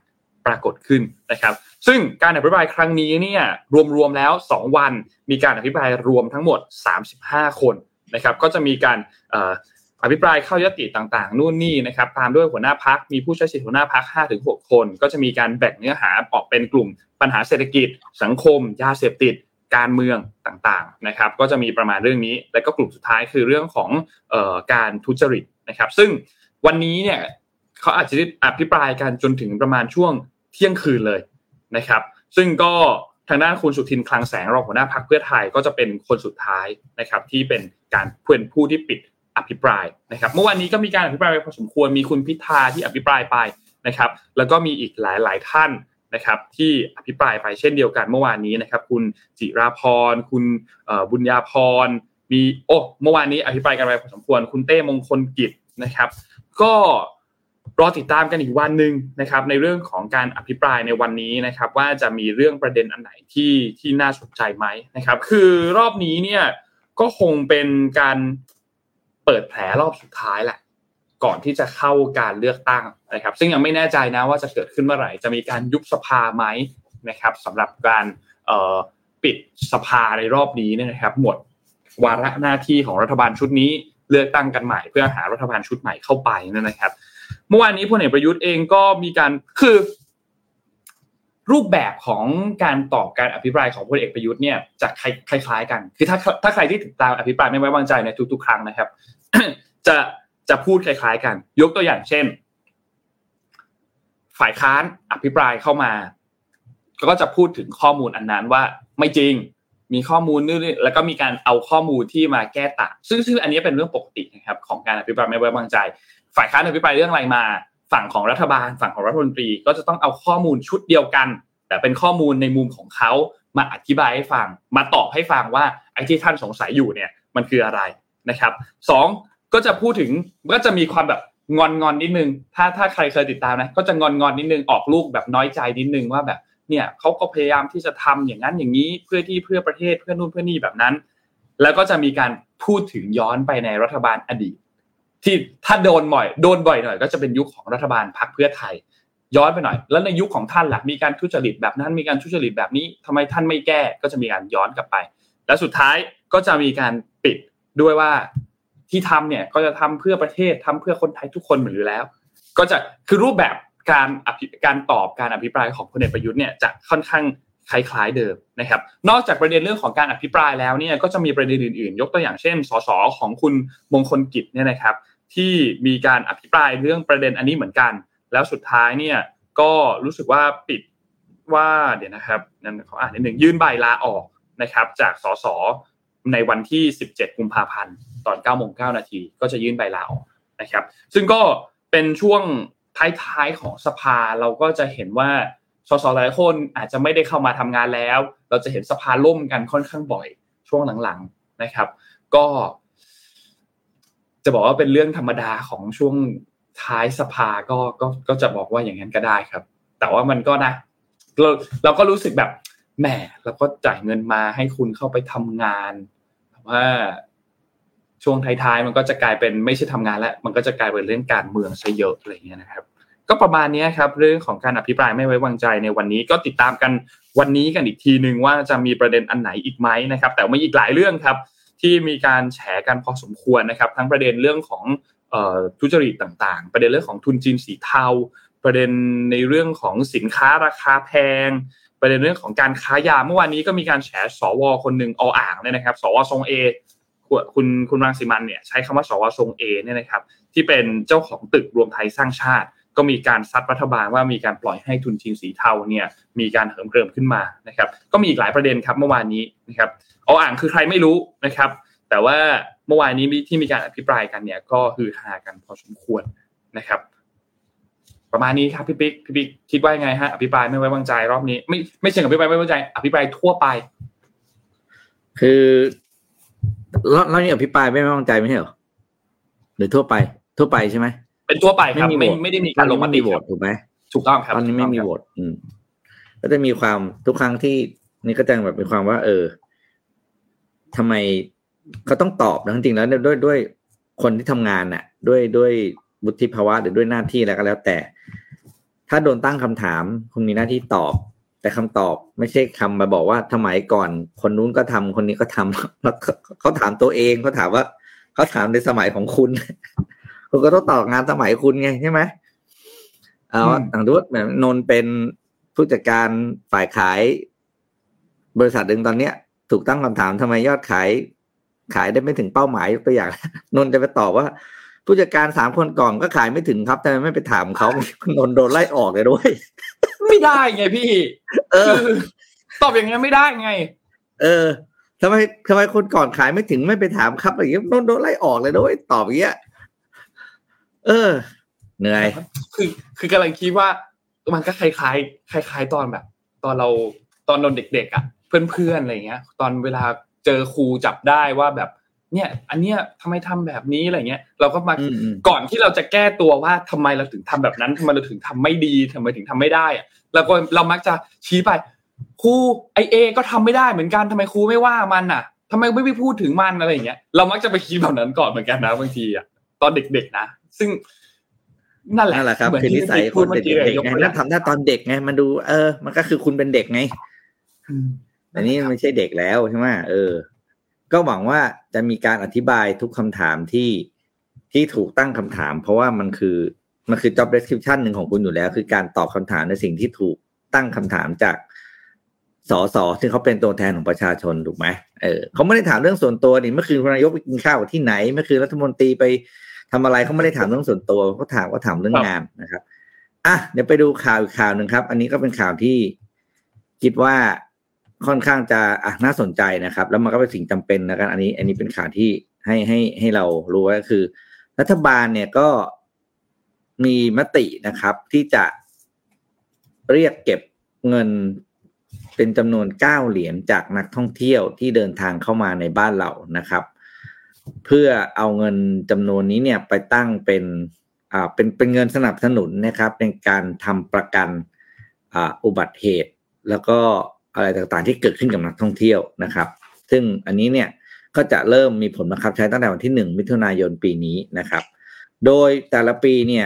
ปรากฏขึ้นนะครับซึ่งการอภิปรายครั้งนี้เนี่ยรวมๆแล้ว2วันมีการอภิปรายรวมทั้งหมด35คนนะครับก็จะมีการอภิปรายเข้ายติต่างๆนู่นนี่นะครับตามด้วยหัวหน้าพรรคมีผู้ใช้สิทธิหัวหน้าพรรค 5-6 คนก็จะมีการแบ่งเนื้อหาออกเป็นกลุ่มปัญหาเศรษฐกิจสังคมยาเสพติดการเมืองต่างๆนะครับก็จะมีประมาณเรื่องนี้และก็กลุ่มสุดท้ายคือเรื่องของการทุจริตนะครับซึ่งวันนี้เนี่ยเขาอาจจะอภิปรายกันจนถึงประมาณช่วงเที่ยงคืนเลยนะครับซึ่งก็ทางด้านคุณสุทินคลังแสงรองหัวหน้าพรรคเพื่อไทยก็จะเป็นคนสุดท้ายนะครับที่เป็นการเป็นผู้ที่ปิดอภิปรายนะครับเมื่อวานนี้ก็มีการอภิปรายไปพอสมควรมีคุณพิธาที่อภิปรายไปนะครับแล้วก็มีอีกหลายๆท่านนะครับที่อภิปรายไปเช่นเดียวกันเมื่อวานนี้นะครับคุณจิราพรคุณบุญญาพรมีเมื่อวานนี้อภิปรายกันไปพอสมควรคุณเต้มงคลกิจนะครับก็รอติดตามกันอีกวันนึงนะครับในเรื่องของการอภิปรายในวันนี้นะครับว่าจะมีเรื่องประเด็นอันไหนที่น่าสนใจไหมนะครับคือรอบนี้เนี่ยก็คงเป็นการเปิดแผลรอบสุดท้ายแหละก่อนที่จะเข้าการเลือกตั้งนะครับซึ่งยังไม่แน่ใจนะว่าจะเกิดขึ้นเมื่อไหร่จะมีการยุบสภาไหมนะครับสำหรับการปิดสภาในรอบนี้นะครับหมดวาระหน้าที่ของรัฐบาลชุดนี้เลือกตั้งกันใหม่เพื่อหารัฐบาลชุดใหม่เข้าไปนะครับเมื่อวานนี้พลเอกประยุทธ์เองก็มีการคือรูปแบบของการตอบการอภิปรายของพลเอกประยุทธ์เนี่ยจะคล้ายๆกันคือถ้าใครที่ติดตามอภิปรายไม่ไว้วางใจในทุกๆครั้งนะครับ จะพูดคล้ายๆกันยกตัวอย่างเช่นฝ่ายค้านอภิปรายเข้ามาก็จะพูดถึงข้อมูลอันนั้นว่าไม่จริงมีข้อมูลนี่แล้วก็มีการเอาข้อมูลที่มาแก้ต่างซึ่งอันนี้เป็นเรื่องปกตินะครับของการอภิปรายไม่ไว้วางใจฝ่ายค้านอภิปรายเรื่องอะไรมาฝั่งของรัฐบาลฝั่งของรัฐมนตรีก็จะต้องเอาข้อมูลชุดเดียวกันแต่เป็นข้อมูลในมุมของเขามาอธิบายให้ฟังมาตอบให้ฟังว่าไอ้ที่ท่านสงสัยอยู่เนี่ยมันคืออะไรนะครับ2ก็จะพูดถึงก็จะมีความแบบงอนนิดนึงถ้าใครเคยติดตามนะก็จะงอนนิดนึงออกลูกแบบน้อยใจนิดนึงว่าแบบเนี่ยเขาก็พยายามที่จะทำอย่างนั้นอย่างนี้เพื่อประเทศเพื่อนู่นเพื่อนี่แบบนั้นแล้วก็จะมีการพูดถึงย้อนไปในรัฐบาลอดีตที่ถ้าโดนบ่อยหน่อยก็จะเป็นยุคของรัฐบาลพรรคเพื่อไทยย้อนไปหน่อยแล้วในยุคของท่านล่ะมีการทุจริตแบบนั้นมีการทุจริตแบบนี้ทำไมท่านไม่แก้ก็จะมีการย้อนกลับไปและสุดท้ายก็จะมีการปิดด้วยว่าที่ทำเนี่ยก็จะทำเพื่อประเทศทำเพื่อคนไทยทุกคนเหมือนอยู่แล้วก็จะคือรูปแบบการตอบการอภิปรายของพลเอกประยุทธ์เนี่ยจะค่อนข้างคล้ายๆเดิมนะครับนอกจากประเด็นเรื่องของการอภิปรายแล้วเนี่ยก็จะมีประเด็นอื่นๆยกตัวอย่างเช่นสสของคุณมงคลกิจเนี่ยนะครับที่มีการอภิปรายเรื่องประเด็นอันนี้เหมือนกันแล้วสุดท้ายเนี่ยก็รู้สึกว่าปิดว่าเดี๋ยวนะครับนั่นขออ่านนิดนึงยื่นใบลาออกนะครับจากสสในวันที่17กุมภาพันธ์ตอน 9:09 น.ก็จะยื่นใบลาออกนะครับซึ่งก็เป็นช่วงท้ายๆของสภาเราก็จะเห็นว่าสสหลายคนอาจจะไม่ได้เข้ามาทำงานแล้วเราจะเห็นสภาล่มกันค่อนข้างบ่อยช่วงหลังๆนะครับก็จะบอกว่าเป็นเรื่องธรรมดาของช่วงท้ายสภาก็จะบอกว่าอย่างนั้นก็ได้ครับแต่ว่ามันก็นะเราก็รู้สึกแบบแหมเราก็จ่ายเงินมาให้คุณเข้าไปทำงานแต่ว่าช่วงท้ายๆมันก็จะกลายเป็นไม่ใช่ทำงานแล้วมันก็จะกลายเป็นเรื่องการเมืองซะเยอะอะไรอย่างเงี้ยนะครับก็ประมาณนี้ครับเรื่องของการอภิปรายไม่ไว้วางใจในวันนี้ก็ติดตามกันวันนี้กันอีกทีนึงว่าจะมีประเด็นอันไหนอีกไหมนะครับแต่มีอีกหลายเรื่องครับที่มีการแฉกันพอสมควรนะครับทั้งประเด็นเรื่องของทุจริตต่างๆประเด็นเรื่องของทุนจีนสีเทาประเด็นในเรื่องของสินค้าราคาแพงประเด็นเรื่องของการค้ายาเมื่อวานนี้ก็มีการแฉสวคนนึงอ่างเนี่ยนะครับสวทรงเอคุณรังสิมันเนี่ยใช้คำว่าสวทรงเอเนี่ยนะครับที่เป็นเจ้าของตึกรวมไทยสร้างชาติก็มีการซัดรัฐบาลว่ามีการปล่อยให้ทุนจีนสีเทาเนี่ยมีการเหิมเกริมขึ้นมานะครับก็มีอีกหลายประเด็นครับเมื่อวานนี้นะครับอ่างคือใครไม่รู้นะครับแต่ว่าเมื่อวานนี้ที่มีการอภิปรายกันเนี่ยก็ฮือฮากันพอสมควรนะครับประมาณนี้ครับพี่ปิ๊กคิดว่ายังไงฮะอภิปรายไม่ไว้วางใจรอบนี้ไม่เชิงอภิปรายไม่ไว้วางใจอภิปรายทั่วไปคือแล้วนี่อภิปรายไม่ไว้วางใจไม่ใช่เหรอหรือทั่วไปใช่ไหมเป็นทั่วไปครับไม่ได้มีการลงมติโหวตถูกไหมถูกต้องครับตอนนี้ไม่มีโหวตก็จะมีความทุกครั้งที่นี่ก็จะแบบมีความว่าทำไมเขาต้องตอบนะจริงๆแล้วด้วยคนที่ทำงานน่ะด้วยวุฒิภาวะหรือด้วยหน้าที่อะไรก็แล้วแต่ถ้าโดนตั้งคำถามคุณมีหน้าที่ตอบแต่คำตอบไม่ใช่คำมาบอกว่าสมัยก่อนคนนู้นก็ทำคนนี้ก็ทำแล้วเขาถามตัวเองเขาถามว่าเขาถามในสมัยของคุณคุณก็ต้องตอบงานสมัยคุณไงใช่ไหมต่างด้วยแบบนนเป็นผู้จัดการฝ่ายขายบริษัทหนึ่งตอนเนี้ยถูกตั้งคำถามทำไมยอดขายได้ไม่ถึงเป้าหมายตัวอย่างนนจะไปตอบว่าผู้จัดการ3คนก่อนก็ขายไม่ถึงครับทำไมไม่ไปถามเขานนโดนไล่ออกเลยด้วยไม่ได้ไงพี่ตอบอย่างนี้ไม่ได้ไงทำไมคนก่อนขายไม่ถึงไม่ไปถามครับอะไรอย่างเงี้ยโดนไล่ออกเลยด้วยตอบอย่างเงี้ยเหนื่อยคือกำลังคิดว่ามันก็คล้ายตอนแบบตอนโดนเด็กๆอ่ะเพื่อนๆอะไรเงี้ยตอนเวลาเจอครูจับได้ว่าแบบเนี่ยอันเนี้ยทำไมทำแบบนี้อะไรเงี้ยเราก็มาก่อนที่เราจะแก้ตัวว่าทำไมเราถึงทำแบบนั้นทำไมเราถึงทำไม่ดีทำไมถึงทำไม่ได้อ่ะเรามักจะชี้ไปครูไอเอก็ทำไม่ได้เหมือนกันทำไมครูไม่ว่ามันอ่ะทำไมไม่พูดถึงมันอะไรอย่างเงี้ยเรามักจะไปคิดแบบนั้นก่อนเหมือนกันนะบางทีอ่ะตอนเด็กๆนะซึ่งนั่นแหละครับคือนิสัยคนเด็กๆไงนั่นทำหน้าตอนเด็กไงมันดูมันก็คือคุณเป็นเด็กไงอันนี้ไม่ใช่เด็กแล้วใช่ไหมก็หวังว่าจะมีการอธิบายทุกคำถามที่ถูกตั้งคำถามเพราะว่ามันคือ job description หนึ่งของคุณอยู่แล้วคือการตอบคำถามในสิ่งที่ถูกตั้งคำถามจากสสซึ่งเขาเป็นตัวแทนของประชาชนถูกไหมเขาไม่ได้ถามเรื่องส่วนตัวนี่เมื่อคืนนายกไปกินข้าวที่ไหนเมื่อคืนรัฐมนตรีไปทำอะไรเขาไม่ได้ถามเรื่องส่วนตัวเขาถามเรื่องงานนะครับเดี๋ยวไปดูข่าวอีกข่าวนึงครับอันนี้ก็เป็นข่าวที่คิดว่าค่อนข้างจะน่าสนใจนะครับแล้วมันก็เป็นสิ่งจำเป็นนะครับอันนี้เป็นข่าวที่ให้เรารู้ว่าคือรัฐบาลเนี่ยก็มีมตินะครับที่จะเรียกเก็บเงินเป็นจำนวน9เหรียญจากนักท่องเที่ยวที่เดินทางเข้ามาในบ้านเรานะครับเพื่อเอาเงินจำนวนนี้เนี่ยไปตั้งเป็นเงินสนับสนุนนะครับในการทำประกันอุบัติเหตุแล้วก็อะไรต่างๆที่เกิดขึ้นกับนักท่องเที่ยวนะครับซึ่งอันนี้เนี่ยก็จะเริ่มมีผลบังคับใช้ตั้งแต่วันที่1มิถุนายนปีนี้นะครับโดยแต่ละปีเนี่ย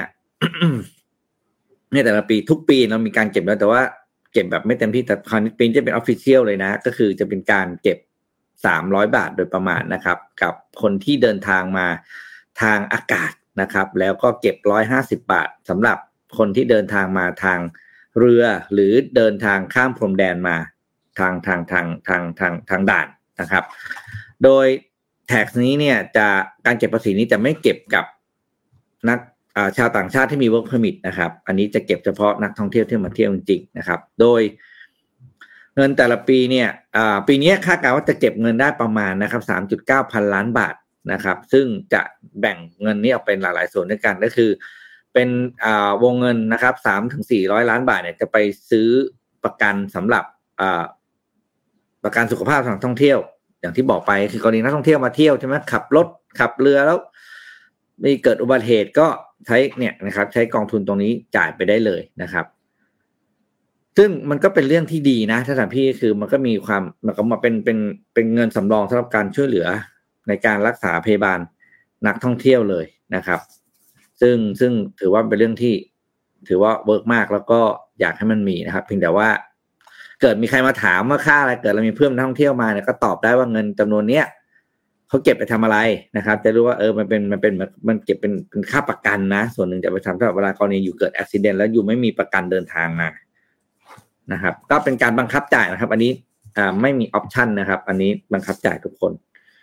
แต่ละปีทุกปีเรามีการเก็บแล้วแต่ว่าเก็บแบบไม่เต็มที่แต่คราวนี้ปีจะเป็น official เลยนะก็คือจะเป็นการเก็บ300 บาทโดยประมาณนะครับกับคนที่เดินทางมาทางอากาศนะครับแล้วก็เก็บ150 บาทสำหรับคนที่เดินทางมาทางเรือหรือเดินทางข้ามพรมแดนมาทางด่านนะครับโดยแท็กนี้เนี่ยการเก็บภาษีนี้จะไม่เก็บกับนักชาวต่างชาติที่มี work permit นะครับอันนี้จะเก็บเฉพาะนักท่องเที่ยวที่มาเที่ยวจริงๆนะครับโดยเงินแต่ละปีเนี่ยปีนี้คาดการณ์ว่าจะเก็บเงินได้ประมาณนะครับ 3.9 พันล้านบาทนะครับซึ่งจะแบ่งเงินนี้ออกเป็นหลายๆส่วนด้วยกันก็คือเป็นวงเงินนะครับ3-400 ล้านบาทเนี่ยจะไปซื้อประกันสำหรับประกันสุขภาพทางท่องเที่ยวอย่างที่บอกไปคือกรณีนักท่องเที่ยวมาเที่ยวใช่ไหมขับรถขับเรือแล้วมีเกิดอุบัติเหตุก็ใช้เนี่ยนะครับใช้กองทุนตรงนี้จ่ายไปได้เลยนะครับซึ่งมันก็เป็นเรื่องที่ดีนะถ้าถามพี่คือมันก็มีความมันก็มาเป็นเงินสำรองสำหรับการช่วยเหลือในการรักษาพยาบาลนักท่องเที่ยวเลยนะครับซึ่งถือว่าเป็นเรื่องที่ถือว่าเวิร์กมากแล้วก็อยากให้มันมีนะครับเพียงแต่ว่าเกิดมีใครมาถามว่าค่าอะไรเกิดเรามีเพื่อนนักท่องเที่ยวมาเนี่ยก็ตอบได้ว่าเงินจำนวนเนี้ยเขาเก็บไปทำอะไรนะครับจะรู้ว่ามันเก็บเป็นค่าประกันนะส่วนหนึ่งจะไปทำสำหรับเวลากรณีอยู่เกิดอุบัติเหตุแล้วอยู่ไม่มีประกันเดินทางมานะครับก็เป็นการบังคับจ่ายนะครับอันนี้ไม่มีออปชั่นนะครับอันนี้บังคับจ่ายทุกคน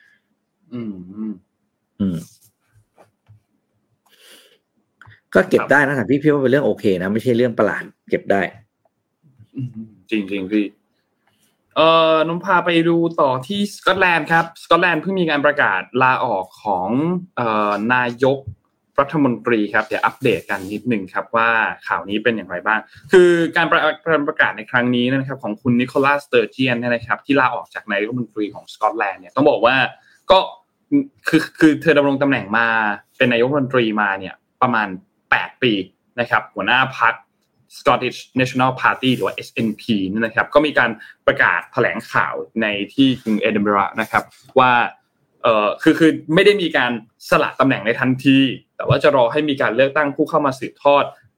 ก็เก็บได้นะพี่ว่าเป็นเรื่องโอเคนะไม่ใช่เรื่องประหลาดเก็บได้จริงๆพี่น้องพาไปดูต่อที่สกอตแลนด์ครับสกอตแลนด์เพิ่งมีการประกาศลาออกของนายกรัฐมนตรีครับเดี๋ยวอัปเดตกันนิดนึงครับว่าข่าวนี้เป็นอย่างไรบ้างคือการประกาศในครั้งนี้นะครับของคุณนิโคลัส สเตอร์เจียนนะครับที่ลาออกจากนายกรัฐมนตรีของสกอตแลนด์เนี่ยต้องบอกว่าก็คือเธอดำรงตำแหน่งมาเป็นนายกรัฐมนตรีมาเนี่ยประมาณ8 ปีนะครับหัวหน้าพรรค Scottish National Party หรือว่า SNP นะครับก็มีการประกาศแถลงข่าวในที่กรุงเอดินบะระนะครับว่าคือไม่ได้มีการสละตำแหน่งในทันทีแต่ว่าจะรอให้มีการเลือกตั้งผู้เข้ามาสืบทอด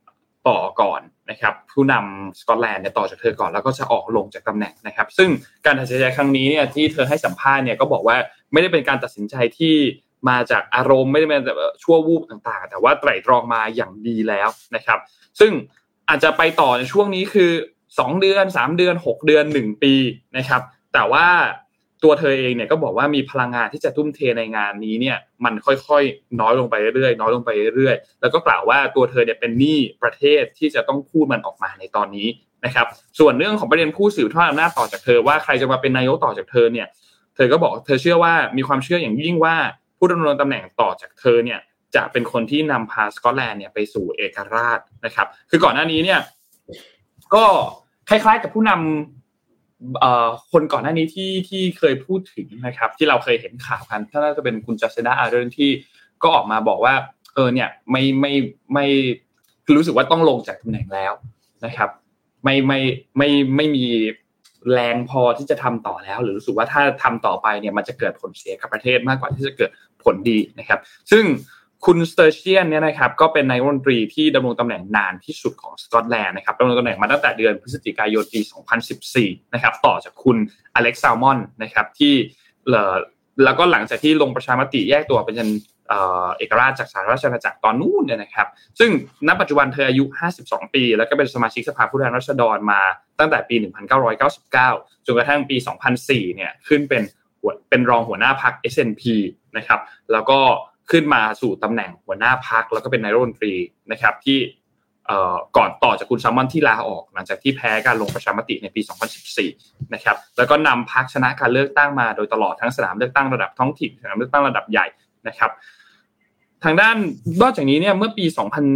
ต่อก่อนนะครับผู้นำสกอตแลนด์เนี่ยต่อจากเธอก่อนแล้วก็จะออกลงจากตำแหน่งนะครับซึ่งการตัดสินใจครั้งนี้เนี่ยที่เธอให้สัมภาษณ์เนี่ยก็บอกว่าไม่ได้เป็นการตัดสินใจที่มาจากอารมณ์ไม่ได้เป็นแบบชั่ววูบต่างๆแต่ว่าไตร่ตรองมาอย่างดีแล้วนะครับซึ่งอาจจะไปต่อในช่วงนี้คือ2เดือน3เดือน6เดือน1ปีนะครับแต่ว่าตัวเธอเองเนี่ยก็บอกว่ามีพลังงานที่จะทุ่มเทในงานนี้เนี่ยมันค่อยๆน้อยลงไปเรื่อยๆน้อยลงไปเรื่อยๆแล้วก็กล่าวว่าตัวเธอเนี่ยเป็นหนี้ประเทศที่จะต้องพูดมันออกมาในตอนนี้นะครับส่วนเรื่องของประเด็นผู้สืบทอดอำนาจต่อจากเธอว่าใครจะมาเป็นนายกต่อจากเธอเนี่ยเธอก็บอกเธอเชื่อว่ามีความเชื่ออย่างยิ่งว่าผู้ดำรงตำแหน่งต่อจากเธอเนี่ยจะเป็นคนที่นำพาสกอตแลนด์เนี่ยไปสู่เอกราชนะครับคือก่อนหน้านี้เนี่ยก็คล้ายๆกับผู้นำคนก่อนหน้านี้ที่เคยพูดถึงนะครับที่เราเคยเห็นข่าวกันถ้าน่าจะเป็นคุณจัสตินาอาร์เดนที่ก็ออกมาบอกว่าเนี่ยไม่รู้สึกว่าต้องลงจากตำแหน่งแล้วนะครับไม่มีแรงพอที่จะทำต่อแล้วหรือรู้สึกว่าถ้าทำต่อไปเนี่ยมันจะเกิดผลเสียกับประเทศมากกว่าที่จะเกิดผลดีนะครับซึ่งคุณสเตอร์เชียนเนี่ยนะครับก็เป็นนายกรัฐมนตรีที่ดำรงตำแหน่งนานที่สุดของสกอตแลนด์นะครับดำรงตำแหน่งมาตั้งแต่เดือนพฤศจิกายนปี2014นะครับต่อจากคุณอเล็กซ์แซลมอนนะครับที่แล้วก็หลังจากที่ลงประชามติแยกตัวเป็นเอกราชจากสหราชอาณาจักรตอนนู้นเนี่ยนะครับซึ่งณปัจจุบันเธออายุ52ปีแล้วก็เป็นสมาชิกสภาผู้แทนราษฎรมาตั้งแต่ปี1999จนกระทั่งปี2004เนี่ยขึ้นเป็นรองหัวหน้าพรรค SNP นะครับแล้วก็ขึ้นมาสู่ตำแหน่งหัวหน้าพรรคแล้วก็เป็นนายกรัฐมนตรีนะครับที่ก่อนต่อจากคุณแซลมอนที่ลาออกหลังจากที่แพ้การลงประชามติในปี2014นะครับแล้วก็นำพรรคชนะการเลือกตั้งมาโดยตลอดทั้งสนามเลือกตั้งระดับท้องถิ่นสนามเลือกตั้งระดับใหญ่นะครับทางด้านนอกจากนี้เนี่ยเมื่อปี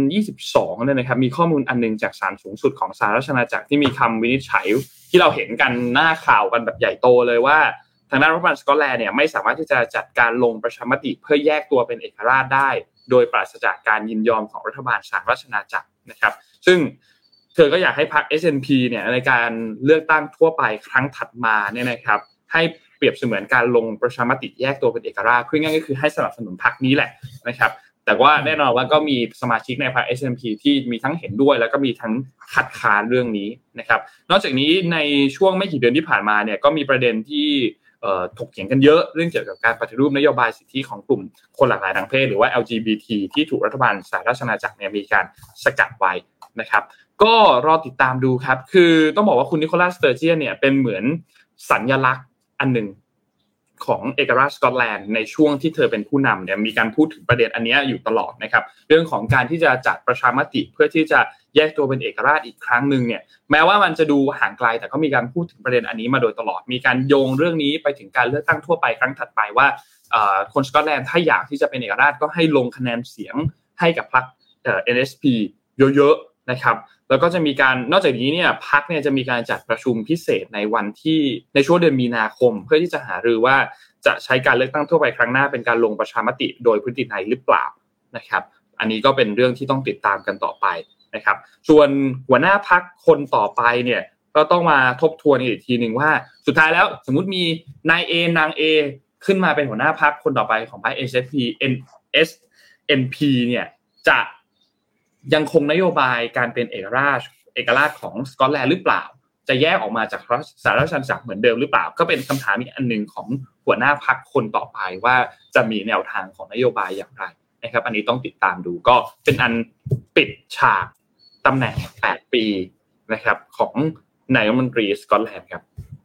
2022เนี่ยนะครับมีข้อมูลอันนึงจากศาลสูงสุดของสหราชอาณาจักรที่มีคำวินิจฉัยที่เราเห็นกันหน้าข่าวกันแบบใหญ่โตเลยว่าทางด้านรัฐบาลสกอตแลนด์เนี่ยไม่สามารถที่จะจัดการลงประชามติเพื่อแยกตัวเป็นเอกราชได้โดยปราศจากการยินยอมของรัฐบาลสหราชอาณาจักรนะครับซึ่งเธอก็อยากให้พรรค SNP เนี่ยในการเลือกตั้งทั่วไปครั้งถัดมาเนี่ยนะครับให้เปรียบเสมือนการลงประชามติแยกตัวเป็นเอกราชพูดง่ายๆก็คือให้สนับสนุนพรรคนี้แหละนะครับแต่ว่าแน่นอนว่าก็มีสมาชิกในพรรค SNP ที่มีทั้งเห็นด้วยแล้วก็มีทั้งคัดค้านเรื่องนี้นะครับนอกจากนี้ในช่วงไม่กี่เดือนที่ผ่านมาเนี่ยก็มีประเด็นที่ถกเถียงกันเยอะเรื่องเกี่ยวกับการปฏิรูปนโยบายสิทธิของกลุ่มคนหลากหลายทางเพศหรือว่า LGBT ที่ถูกรัฐบาลสหราชอาณาจักรเนี่ยมีการสกัดไว้นะครับก็รอติดตามดูครับคือต้องบอกว่าคุณนิโคลัส สเตอร์เจียนเนี่ยเป็นเหมือนสัญลักษณ์อันหนึ่งของเอกราชสกอตแลนด์ในช่วงที่เธอเป็นผู้นำเนี่ยมีการพูดถึงประเด็นอันนี้อยู่ตลอดนะครับเรื่องของการที่จะจัดประชามติเพื่อที่จะแยกตัวเป็นเอกราชอีกครั้งนึงเนี่ยแม้ว่ามันจะดูห่างไกลแต่ก็มีการพูดถึงประเด็นอันนี้มาโดยตลอดมีการโยงเรื่องนี้ไปถึงการเลือกตั้งทั่วไปครั้งถัดไปว่าคนสกอตแลนด์ถ้าอยากที่จะเป็นเอกราชก็ให้ลงคะแนนเสียงให้กับพรรคNSP เยอะๆนะครับแล้วก็จะมีการนอกจากนี้เนี่ยพรรคเนี่ยจะมีการจัดประชุมพิเศษในวันที่ในช่วงเดือนมีนาคมเพื่อที่จะหารือว่าจะใช้การเลือกตั้งทั่วไปครั้งหน้าเป็นการลงประชามติโดยพฤตินัยหรือเปล่านะครับอันนี้ก็เป็นเรื่องที่ต้องติดตามกันต่อไปนะครับส่วนหัวหน้าพรรคคนต่อไปเนี่ยก็ต้องมาทบทวนอีกทีนึงว่าสุดท้ายแล้วสมมุติมีนาย A นาง A ขึ้นมาเป็นหัวหน้าพรรคคนต่อไปของพรรค SNP เนี่ยจะยังคงนโยบายการเป็นเอกราชของสกอตแลนด์หรือเปล่าจะแยกออกมาจากสหราชอาณาจักรเหมือนเดิมหรือเปล่าก็เป็นคำถามอีกอันนึงของหัวหน้าพรรคคนต่อไปว่าจะมีแนวทางของนโยบายอย่างไรนะครับอันนี้ต้องติดตามดูก็เป็นอันปิดฉากตำแหน่ง8ปีนะครับของนายกรัฐมนตรีสกอตแลนด์ครับ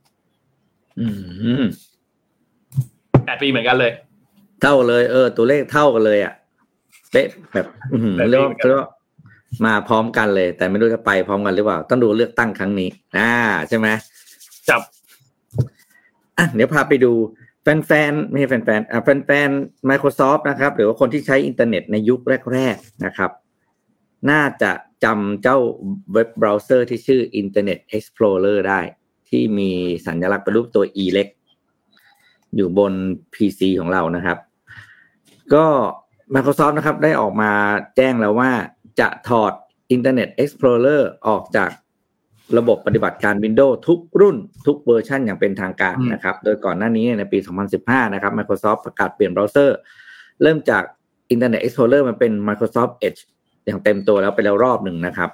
8ปีเหมือนกันเลยเท่าเลยตัวเลขเท่ากันเลยอ่ะเป๊ะแบบเรียกว่ามาพร้อมกันเลยแต่ไม่รู้จะไปพร้อมกันหรือเปล่าต้องดูเลือกตั้งครั้งนี้ใช่ไหมจับเดี๋ยวพาไปดูแฟนๆไม่ใช่แฟนๆ Microsoft นะครับหรือว่าคนที่ใช้อินเทอร์เน็ตในยุคแรกๆนะครับน่าจะจำเจ้าเว็บเบราว์เซอร์ที่ชื่อ Internet Explorer ได้ที่มีสัญลักษณ์เป็นรูปตัว E เล็กอยู่บน PC ของเรานะครับก็ Microsoft นะครับได้ออกมาแจ้งแล้วว่าจะถอด Internet Explorer ออกจากระบบปฏิบัติการ Windows ทุกรุ่นทุกเวอร์ชันอย่างเป็นทางการนะครับโดยก่อนหน้านี้ในปี2015นะครับ Microsoft ประกาศเปลี่ยนเบราว์เซอร์เริ่มจาก Internet Explorer มันเป็น Microsoft Edge อย่างเต็มตัวแล้วไปแล้วรอบหนึ่งนะครับ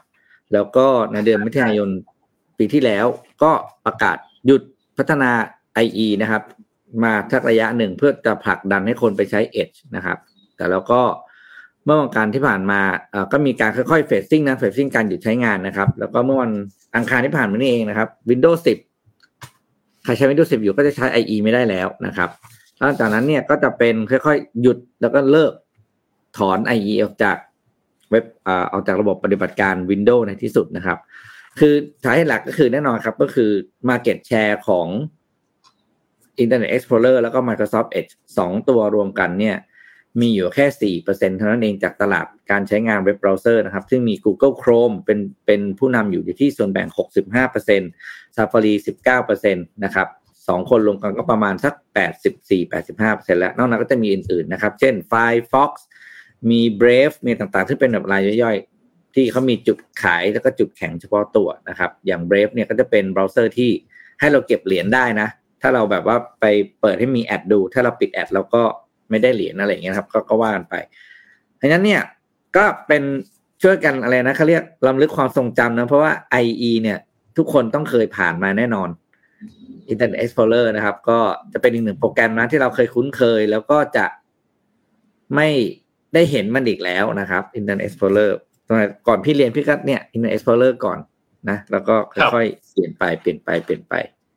แล้วก็ในเดือนมิถุนายนปีที่แล้วก็ประกาศหยุดพัฒนา IE นะครับมาสักระยะหนึ่งเพื่อจะผลักดันให้คนไปใช้ Edge นะครับแต่แล้วก็เมื่อวันการที่ผ่านมาก็มีการค่อยๆเฟซซิ่งการหยุดใช้งานนะครับแล้วก็เมื่อวันอังคารที่ผ่านมานี่เองนะครับ Windows 10ใครใช้ Windows 10อยู่ก็จะใช้ IE ไม่ได้แล้วนะครับหลังจากนั้นเนี่ยก็จะเป็นค่อยๆหยุดแล้วก็เลิกถอน IE ออกจากเว็บออกจากระบบปฏิบัติการ Windows ในที่สุดนะครับคือสาเหตุหลักก็คือแน่นอนครับก็คือ market share ของ Internet Explorer แล้วก็ Microsoft Edge 2 ตัวรวมกันเนี่ยมีอยู่แค่ 4% เท่านั้นเองจากตลาดการใช้งานเว็บเบราว์เซอร์นะครับซึ่งมี Google Chrome เป็นผู้นำอยู่ที่ส่วนแบ่ง 65% Safari 19% นะครับ2คนรวมกันก็ประมาณสัก 84-85% แล้วนอกนั้นก็จะมีอื่นๆนะครับเช่น Firefox มี Brave มีต่างๆที่เป็นแบบรายย่อยๆที่เขามีจุดขายแล้วก็จุดแข็งเฉพาะตัวนะครับอย่าง Brave เนี่ยก็จะเป็นเบราว์เซอร์ที่ให้เราเก็บเหรียญได้นะถ้าเราแบบว่าไปเปิดให้มีแอดดูถ้าเราปิดแอดเราก็ไม่ได้เหรียญอะไรอย่างเงี้ยครับก็ว่ากันไปเพราะฉะนั้นเนี่ยก็เป็นช่วยกันอะไรนะเขาเรียกรำลึกความทรงจำนะเพราะว่า IE เนี่ยทุกคนต้องเคยผ่านมาแน่นอน Internet Explorer นะครับก็จะเป็นอีกหนึ่งโปรแกรมนะที่เราเคยคุ้นเคยแล้วก็จะไม่ได้เห็นมันอีกแล้วนะครับ Internet Explorer ก่อนพี่เรียนพี่ก็เนี่ย Internet Explorer ก่อนนะแล้วก็ค่อยๆเปลี่ยนไป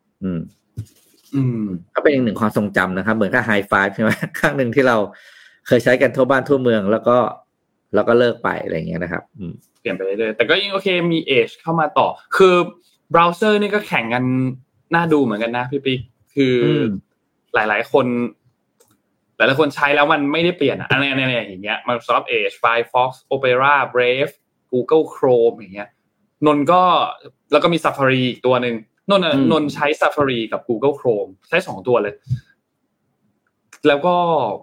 ก็เป็นอีกหนึ่งความทรงจำนะครับเหมือนกับไฮไฟว์ใช่ไหมครั้งหนึ่งที่เราเคยใช้กันทั่วบ้านทั่วเมืองแล้วก็เลิกไปอะไรอย่างเงี้ยนะครับเปลี่ยนไปเรื่อยๆแต่ก็ยังโอเคมี Edge เข้ามาต่อคือเบราว์เซอร์นี่ก็แข่งกันน่าดูเหมือนกันนะพี่ปิ๊กคือหลายๆคนใช้แล้วมันไม่ได้เปลี่ยนอะไรอย่างเงี้ย Microsoft Edge Firefox Opera Brave Google Chrome อย่างเงี้ยนนก็แล้วก็มี Safari อีกตัวนึงนนใช้ Safari กับ Google Chrome ใช้2ตัวเลยแล้วก็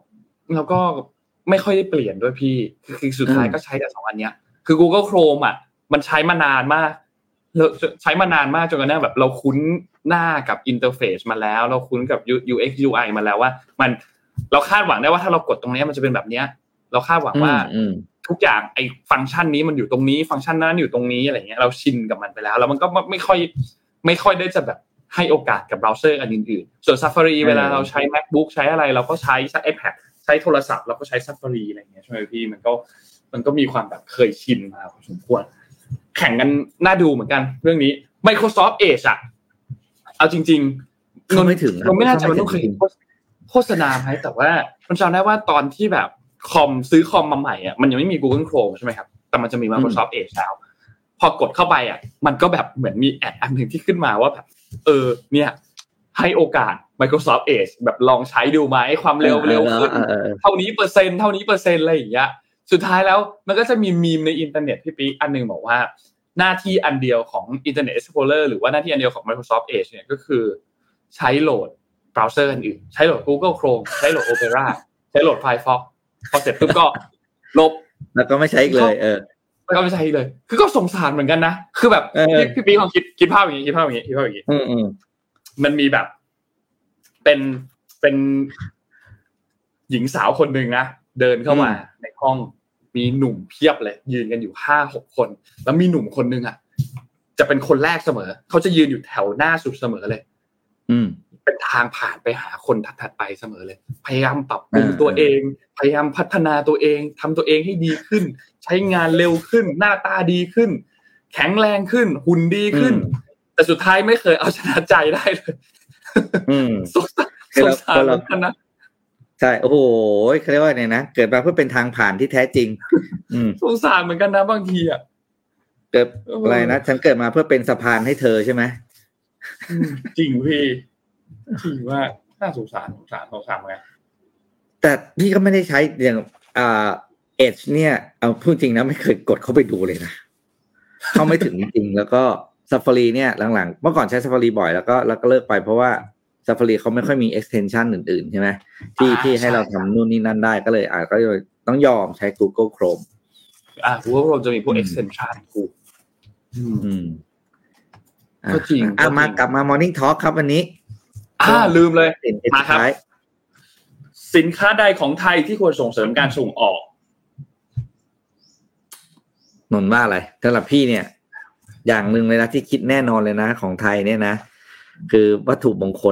ไม่ค่อยได้เปลี่ยนด้วยพี่คือสุดท้ายก็ใช้แต่2อันเนี้ยคือ Google Chrome อ่ะมันใช้มานานมากจนกระทั่งแบบเราคุ้นหน้ากับอินเทอร์เฟซมาแล้วเราคุ้นกับ UX UI มาแล้วว่ามันเราคาดหวังได้ว่าถ้าเรากดตรงนี้มันจะเป็นแบบเนี้ยเราคาดหวังว่าทุกอย่างไอ้ฟังก์ชันนี้มันอยู่ตรงนี้ฟังก์ชันนั้นอยู่ตรงนี้อะไรเงี้ยเราชินกับมันไปแล้วมันก็ไม่ค่อยได้จะแบบให้โอกาสกับเบราว์เซอร์อันอื่นๆส่วน Safari เวลาเราใช้ MacBook ใช้อะไรเราก็ใช้ iPad ใช้โทรศัพท์เราก็ใช้ Safari อะไรเงี้ยใช่มั้ยพี่มันก็มีความแบบเคยชินมาพอสมควรแข่งกันน่าดูเหมือนกันเรื่องนี้ Microsoft Edge อ่ะเอาจริงๆนนไม่ถึงเราไม่น่าจะมันต้องเคยโฆษณามั้ยแต่ว่ามันจำได้ว่าตอนที่แบบซื้อคอมมาใหม่อ่ะมันยังไม่มี Google Chrome ใช่มั้ยครับแต่มันจะมี Microsoft Edge แล้วพอกดเข้าไปอ่ะมันก็แบบเหมือนมีแอดอันนึงที่ขึ้นมาว่าแบบเนี่ยให้โอกาส Microsoft Edge แบบลองใช้ดูมั้ยความเร็วขึ้นเท่านี้เปอร์เซ็นต์อะไรอย่างเงี้ยสุดท้ายแล้วมันก็จะมีมีมในอินเทอร์เน็ตพี่ปิ๊กอันนึงบอกว่าหน้าที่อันเดียวของ Internet Explorer หรือว่าหน้าที่อันเดียวของ Microsoft Edge เนี่ยก็คือใช้โหลดเบราว์เซอร์อื่นใช้โหลด Google Chrome ใช้โหลด Opera ใช้โหลด Firefox พอเสร็จปุ๊บก็ลบแล้วก็ไม่ใช้อีกเลยแล้วก็ไม่ใช้อีกเลยคือก็สงสารเหมือนกันนะคือแบบพี่ปิ๊กลองคิดภาพอย่างงี้มันมีแบบเป็นหญิงสาวคนนึงนะเดินเข้ามาในห้องมีหนุ่มเพียบเลยยืนกันอยู่ 5-6 คนแล้วมีหนุ่มคนนึงอ่ะจะเป็นคนแรกเสมอเขาจะยืนอยู่แถวหน้าสุดเสมอเลยเป็นทางผ่านไปหาคนถัดไปเสมอเลยพยายามปรับปรุงตัวเองพยายามพัฒนาตัวเองทำตัวเองให้ดีขึ้นใช้งานเร็วขึ้นหน้าตาดีขึ้นแข็งแรงขึ้นหุ่นดีขึ้นแต่สุดท้ายไม่เคยเอาชนะใจได้เลยสงสารกันนะใช่โอ้โหเขาเรียกว่าไงนะเกิดมาเพื่อเป็นทางผ่านที่แท้จริงสงสารเหมือนกันนะบางทีอ่ะเกิดอะไรนะฉันเกิดมาเพื่อเป็นสะพานให้เธอใช่ไหมจริงพี่จริงว่าน่าสงสารเหมือนกันแต่พี่ก็ไม่ได้ใช้อย่างEdge เนี่ยเอาพูดจริงนะไม่เคยกดเข้าไปดูเลยนะเข้าไม่ถึงจริงแล้วก็ Safari เนี่ยหลังๆเมื่อก่อนใช้ Safari บ่อยแล้วก็เลิกไปเพราะว่าSafari เขาไม่ค่อยมี extension อื่นๆใช่ไหมที่ให้เราทำนู่นนี่นั่นได้ก็เลยก็ต้องยอมใช้ Google Chrome Google Chrome จะมีพวก extension ถูกก็จริงกลับมา Morning Talk ครับวันนี้ลืมเลยมาครับสินค้าใดของไทยที่ควรส่งเสริมการส่งออกนนว่าอะไรสำหรับพี่เนี่ยอย่างนึงเลยนะที่คิดแน่นอนเลยนะของไทยเนี่ยนะคือวัตถุมงคล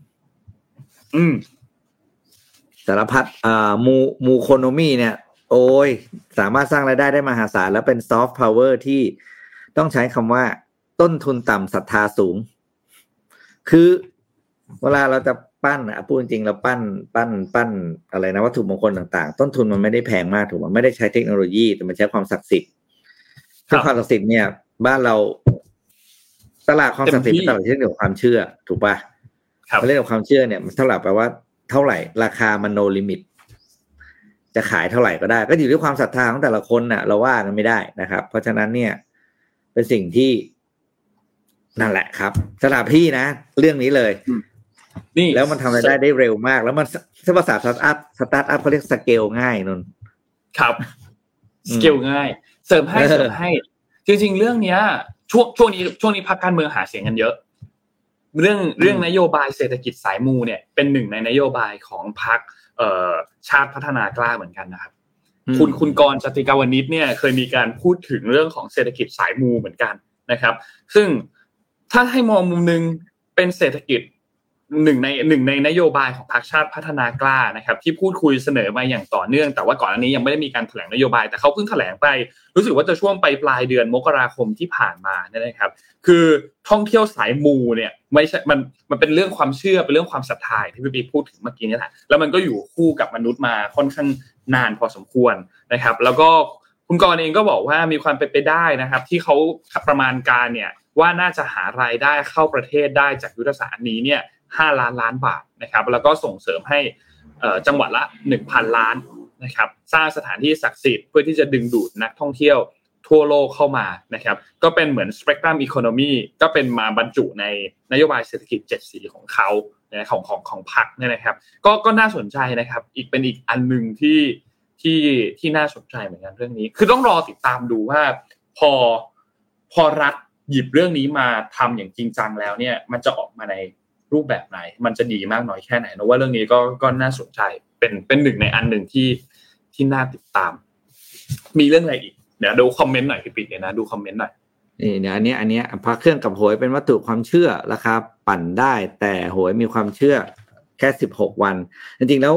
สารพัดมูโคโนมีเนี่ยโอ้ยสามารถสร้างรายได้มหาศาลแล้วเป็นซอฟต์พาวเวอร์ที่ต้องใช้คำว่าต้นทุนต่ำศรัทธาสูงคือเวลาเราจะปั้นพูดจริงๆเราปั้นอะไรนะวัตถุมงคลต่างๆต้นทุนมันไม่ได้แพงมากถูกไหมไม่ได้ใช้เทคโนโลยีแต่มันใช้ความศักดิ์สิทธิ์ความศักดิ์สิทธิ์เนี่ยบ้านเราตลาดความศักดิ์สิทธิ์เป็นตลาดที่เรื่องของความเชื่อถูกป่ะเรื่องของความเชื่อเนี่ยมันเท่าไหร่แปลว่าเท่าไหร่ราคามันโนลิมิตจะขายเท่าไหร่ก็ได้ก็อยู่ที่ความศรัทธาของแต่ละคนน่ะเราว่ากันไม่ได้นะครับเพราะฉะนั้นเนี่ยเป็นสิ่งที่นั่นแหละครับสำหรับพี่นะเรื่องนี้เลยนี่แล้วมันทำรายได้เร็วมากแล้วมันภาษาสตาร์ทอัพเขาเรียกสเกลง่ายนนครับสเกลง่ายเสริมให้จริงๆเรื่องเนี้ยช่วงนี้พรรคการเมืองหาเสียงกันเยอะเรื่องนโยบายเศรษฐกิจสายมูเนี่ยเป็นหนึ่งในนโยบายของพรรคชาติพัฒนากล้าเหมือนกันนะครับคุณกรณ์ จติกาวนิชเนี่ยเคยมีการพูดถึงเรื่องของเศรษฐกิจสายมูเหมือนกันนะครับซึ่งถ้าให้มองมุมนึงเป็นเศรษฐกิจหนึ่งในนโยบายของพรรคชาติพัฒนากล้านะครับที่พูดคุยเสนอมาอย่างต่อเนื่องแต่ว่าก่อนอันนี้ยังไม่ได้มีการแถลงนโยบายแต่เขาเพิ่งแถลงไปรู้สึกว่าจะช่วงปลายเดือนมกราคมที่ผ่านมาเนี่ยนะครับคือท่องเที่ยวสายมูเนี่ยไม่ใช่มันเป็นเรื่องความเชื่อเป็นเรื่องความศรัทธาที่พี่ปีพูดถึงเมื่อกี้นี่แหละแล้วมันก็อยู่คู่กับมนุษย์มาค่อนข้างนานพอสมควรนะครับแล้วก็คุณกรณ์เองก็บอกว่ามีความเป็นไปได้นะครับที่เขาประมาณการเนี่ยว่าน่าจะหารายได้เข้าประเทศได้จากยุทธศาสตร์นี้เนี่ย5 ล้านบาทนะครับแล้วก็ส่งเสริมให้จังหวัดละ 1,000 ล้านนะครับสร้างสถานที่ศักดิ์สิทธิ์เพื่อที่จะดึงดูดนักท่องเที่ยวทั่วโลกเข้ามานะครับก็เป็นเหมือน Spectrum Economy ก็เป็นมาบรรจุในนโยบายเศรษฐกิจ7สีของเขาของพรรคเนี่ยนะครับก็น่าสนใจนะครับเป็นอีกอันนึงที่น่าสนใจเหมือนกันเรื่องนี้คือต้องรอติดตามดูว่าพอรัฐหยิบเรื่องนี้มาทำอย่างจริงจังแล้วเนี่ยมันจะออกมาในรูปแบบไหนมันจะดีมากน้อยแค่ไหนนะว่าเรื่องนี้ก็น่าสนใจเป็นหนึ่งในอันหนึ่งที่น่าติดตามมีเรื่องอะไรอีกเดี๋ยวดูคอมเมนต์หน่อยพี่ปิ๊กเนี่ยนะดูคอมเมนต์หน่อยนี่เดี๋ยวอันนี้พระเครื่องกับหวยเป็นวัตถุความเชื่อราคาปั่นได้แต่หวยมีความเชื่อแค่16 วันจริงๆแล้ว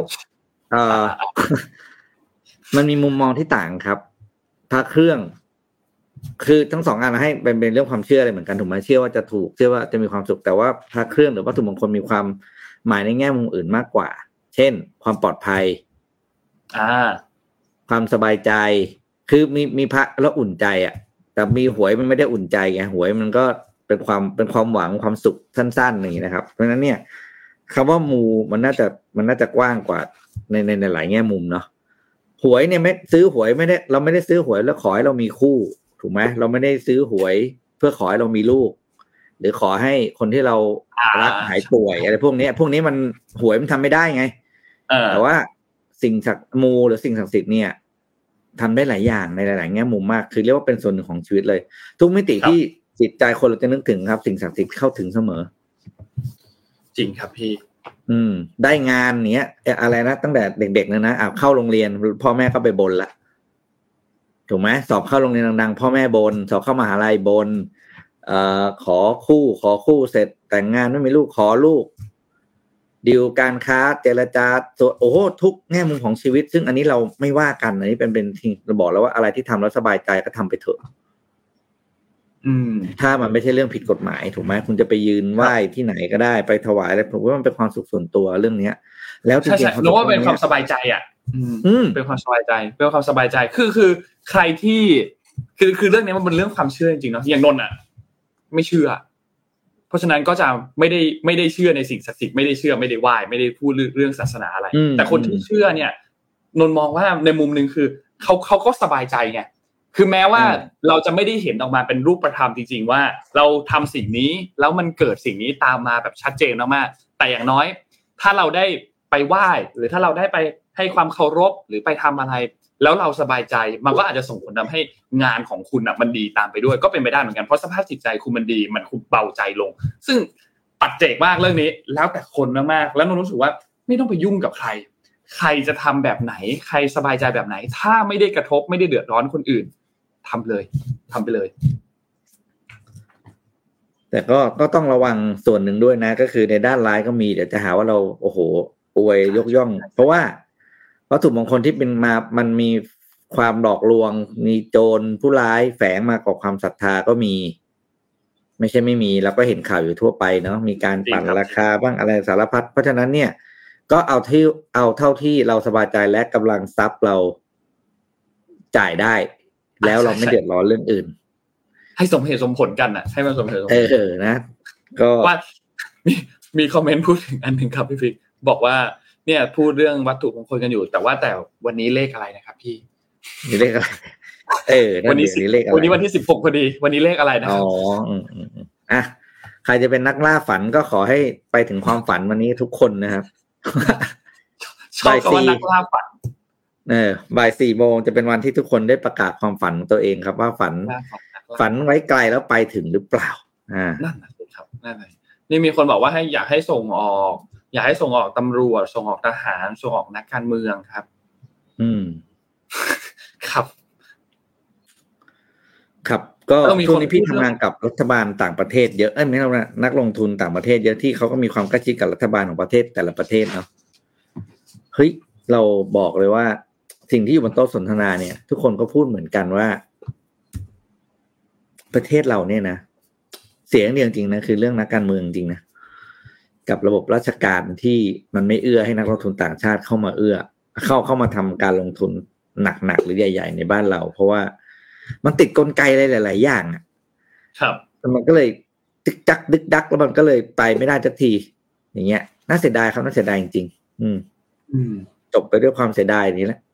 มันมีมุมมองที่ต่างครับพระเครื่องคือทั้งสองอันให้เป็นเรื่องความเชื่ออะไรเหมือนกันถูกไหมเชื่อว่าจะถูกเชื่อว่าจะมีความสุขแต่ว่าพระเครื่องหรือวัตถุมงคลมีความหมายในแง่มุมอื่นมากกว่าเช่นความปลอดภัยความสบายใจคือมีพระแล้วอุ่นใจอ่ะแต่มีหวยมันไม่ได้อุ่นใจไงหวยมันก็เป็นความหวังความสุขสั้นๆอย่างนี้นะครับเพราะฉะนั้นเนี่ยคำว่ามูมันน่าจะกว้างกว่าในหลายแง่มุมเนาะหวยเนี่ยไม่ซื้อหวยไม่ได้เราไม่ได้ซื้อหวยแล้วขอให้เรามีคู่ถูกไหมเราไม่ได้ซื้อหวยเพื่อขอให้เรามีลูกหรือขอให้คนที่เรารักหายป่วยอะไรพวกนี้มันหวยมันทำไม่ได้ไงแต่ว่าสิ่งศักดิ์มูหรือสิ่งศักดิ์สิทธิ์เนี่ยทำได้หลายอย่างในหลายๆแง่มุมมากคือเรียกว่าเป็นส่วนหนึ่งของชีวิตเลยทุกมิติที่จิตใจคนเราจะนึกถึงครับสิ่งศักดิ์สิทธิ์เข้าถึงเสมอจริงครับพี่ได้งานเนี้ยอะไรนะตั้งแต่เด็กๆนะเข้าโรงเรียนพ่อแม่ก็ไปบนละถูกไหมสอบเข้าโรงเรียนดังๆพ่อแม่บนสอบเข้ามหาลัยบนขอคู่เสร็จแต่งงานไม่มีลูกขอลูกดีลการค้าเจรจาโอ้โหทุกแง่มุมของชีวิตซึ่งอันนี้เราไม่ว่ากันอันนี้เป็นที่เราบอกแล้วว่าอะไรที่ทำแล้วสบายใจก็ทำไปเถอะถ้ามันไม่ใช่เรื่องผิดกฎหมายถูกไหมคุณจะไปยืนไหว้ที่ไหนก็ได้ไปถวายอะไรผมว่ามันเป็นความสุขส่วนตัวเรื่องนี้แล้วจริงๆเราว่าเป็นความสบายใจอ่ะเป็นความสบายใจเป็นความสบายใจคือใครที่คือเรื่องนี้มันเป็นเรื่องความเชื่อจริงๆเนาะอย่างนนท์อ่ะไม่เชื่อเพราะฉะนั้นก็จะไม่ได้เชื่อในสิ่งศักดิ์สิทธิ์ไม่ได้เชื่อไม่ได้ไหว้ไม่ได้พูดเรื่องศาสนาอะไรแต่คนที่เชื่อเนี่ยนนท์มองว่าในมุมนึงคือเขาก็สบายใจไงคือแม้ว่าเราจะไม่ได้เห็นออกมาเป็นรูปธรรมจริงๆว่าเราทำสิ่งนี้แล้วมันเกิดสิ่งนี้ตามมาแบบชัดเจนมากๆแต่อย่างน้อยถ้าเราได้ไปไหว้หรือถ้าเราได้ไปให้ความเคารพหรือไปทำอะไรแล้วเราสบายใจมันก็อาจจะส่งผลทำให้งานของคุณมันดีตามไปด้วยก็เป็นไปได้เหมือนกันเพราะสภาพจิตใจคุณมันดีมันคุณเบาใจลงซึ่งปัจเจกมากเรื่องนี้แล้วแต่คนมากๆแล้วนนรู้สึกว่าไม่ต้องไปยุ่งกับใครจะทำแบบไหนใครสบายใจแบบไหนถ้าไม่ได้กระทบไม่ได้เดือดร้อนคนอื่นทำไปเลยแต่ก็ต้องระวังส่วนหนึ่งด้วยนะก็คือในด้านร้ายก็มีเดี๋ยวจะหาว่าเราโอ้โหอวยยกย่องเพราะว่าวัตถุมงคลที่เป็นมามันมีความหลอกลวงมีโจรผู้ร้ายแฝงมากับความศรัทธาก็มีไม่ใช่ไม่มีเราก็เห็นข่าวอยู่ทั่วไปเนาะมีการปั่นราคาบ้างอะไรสารพัดเพราะฉะนั้นเนี่ยก็เอาเท่าที่เราสบายใจและกำลังทรัพย์เราจ่ายได้แล้วเราไม่เดือดร้อนเรื่องอื่นให้สมเหตุสมผลกันน่ะให้มันสมเหตุสมผลนะก็ว่ามีคอมเมนต์พูดถึงอันนึงครับพี่ฟิกบอกว่าเนี่ยพูดเรื่องวัตถุมงคลกันอยู่แต่ว่าแต่วันนี้เลขอะไรนะครับพี่เลขอะไรวันนี้เลขอะไรวันนี้วันที่16พอดีวันนี้เลขอะไรนะครับอ๋ออ่ะใครจะเป็นนักล่าฝันก็ขอให้ไปถึงความฝันวันนี้ทุกคนนะครับชอบคำว่านักล่าฝันบ่าย 4 โมงจะเป็นวันที่ทุกคนได้ประกาศความฝันของตัวเองครับว่าฝันไว้ไกลแล้วไปถึงหรือเปล่านั่นสิครับนั่นเลยนี่มีคนบอกว่าอยากให้ส่งออกตำรวจส่งออกทหารส่งออกนักการเมืองครับครับก็ช่วงนี้พี่ทำงานกับรัฐบาลต่างประเทศเยอะไม่ใช่นักลงทุนต่างประเทศเยอะที่เขาก็มีความใกล้ชิดกับรัฐบาลของประเทศแต่ละประเทศเนาะเฮ้ยเราบอกเลยว่าสิ่งที่อยู่บนโต๊ะสนทนาเนี่ยทุกคนก็พูดเหมือนกันว่าประเทศเราเนี่ยนะเสียงเดียวจริงนะคือเรื่องนักการเมืองจริงนะกับระบบราชการที่มันไม่เอื้อให้นักลงทุนต่างชาติเข้ามาเข้ามาทำการลงทุนหนักๆหรือใหญ่ๆในบ้านเราเพราะว่ามันติดกลไกอะไรหลายๆอย่างอ่ะครับมันก็เลยดึกดักแล้วมันก็เลยไปไม่ได้สักทีอย่างเงี้ยน่าเสียดายครับน่าเสียดายจริงๆจบไปด้วยความเสียดายนี้แหละ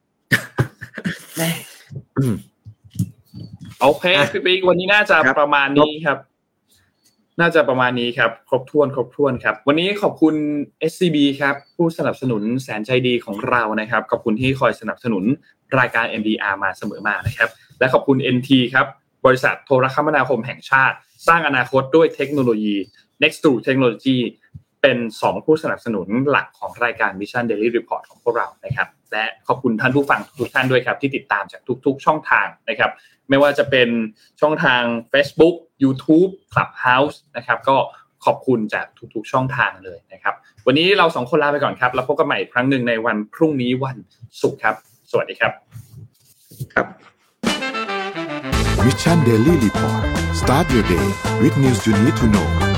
โอเคพี่ปิ๊กวันนี้น่าจะประมาณนี้ครับน่าจะประมาณนี้ครับครบถ้วนครับวันนี้ขอบคุณ SCB ครับผู้สนับสนุนแสนใจดีของเรานะครับขอบคุณที่คอยสนับสนุนรายการ MDR มาเสมอมานะครับและขอบคุณ NT ครับบริษัทโทรคมนาคมแห่งชาติสร้างอนาคตด้วยเทคโนโลยี Next to Technology เป็น2ผู้สนับสนุนหลักของรายการ Mission Daily Report ของพวกเรานะครับและขอบคุณท่านผู้ฟังทุกท่านด้วยครับที่ติดตามจากทุกๆช่องทางนะครับไม่ว่าจะเป็นช่องทาง Facebook YouTube Clubhouse นะครับก็ขอบคุณจากทุกๆช่องทางเลยนะครับวันนี้เรา2คนลาไปก่อนครับแล้วพบกันใหม่อีกครั้งนึงในวันพรุ่งนี้วันศุกร์ครับสวัสดีครับครับ Mission Daily Report Start your day with news you need to know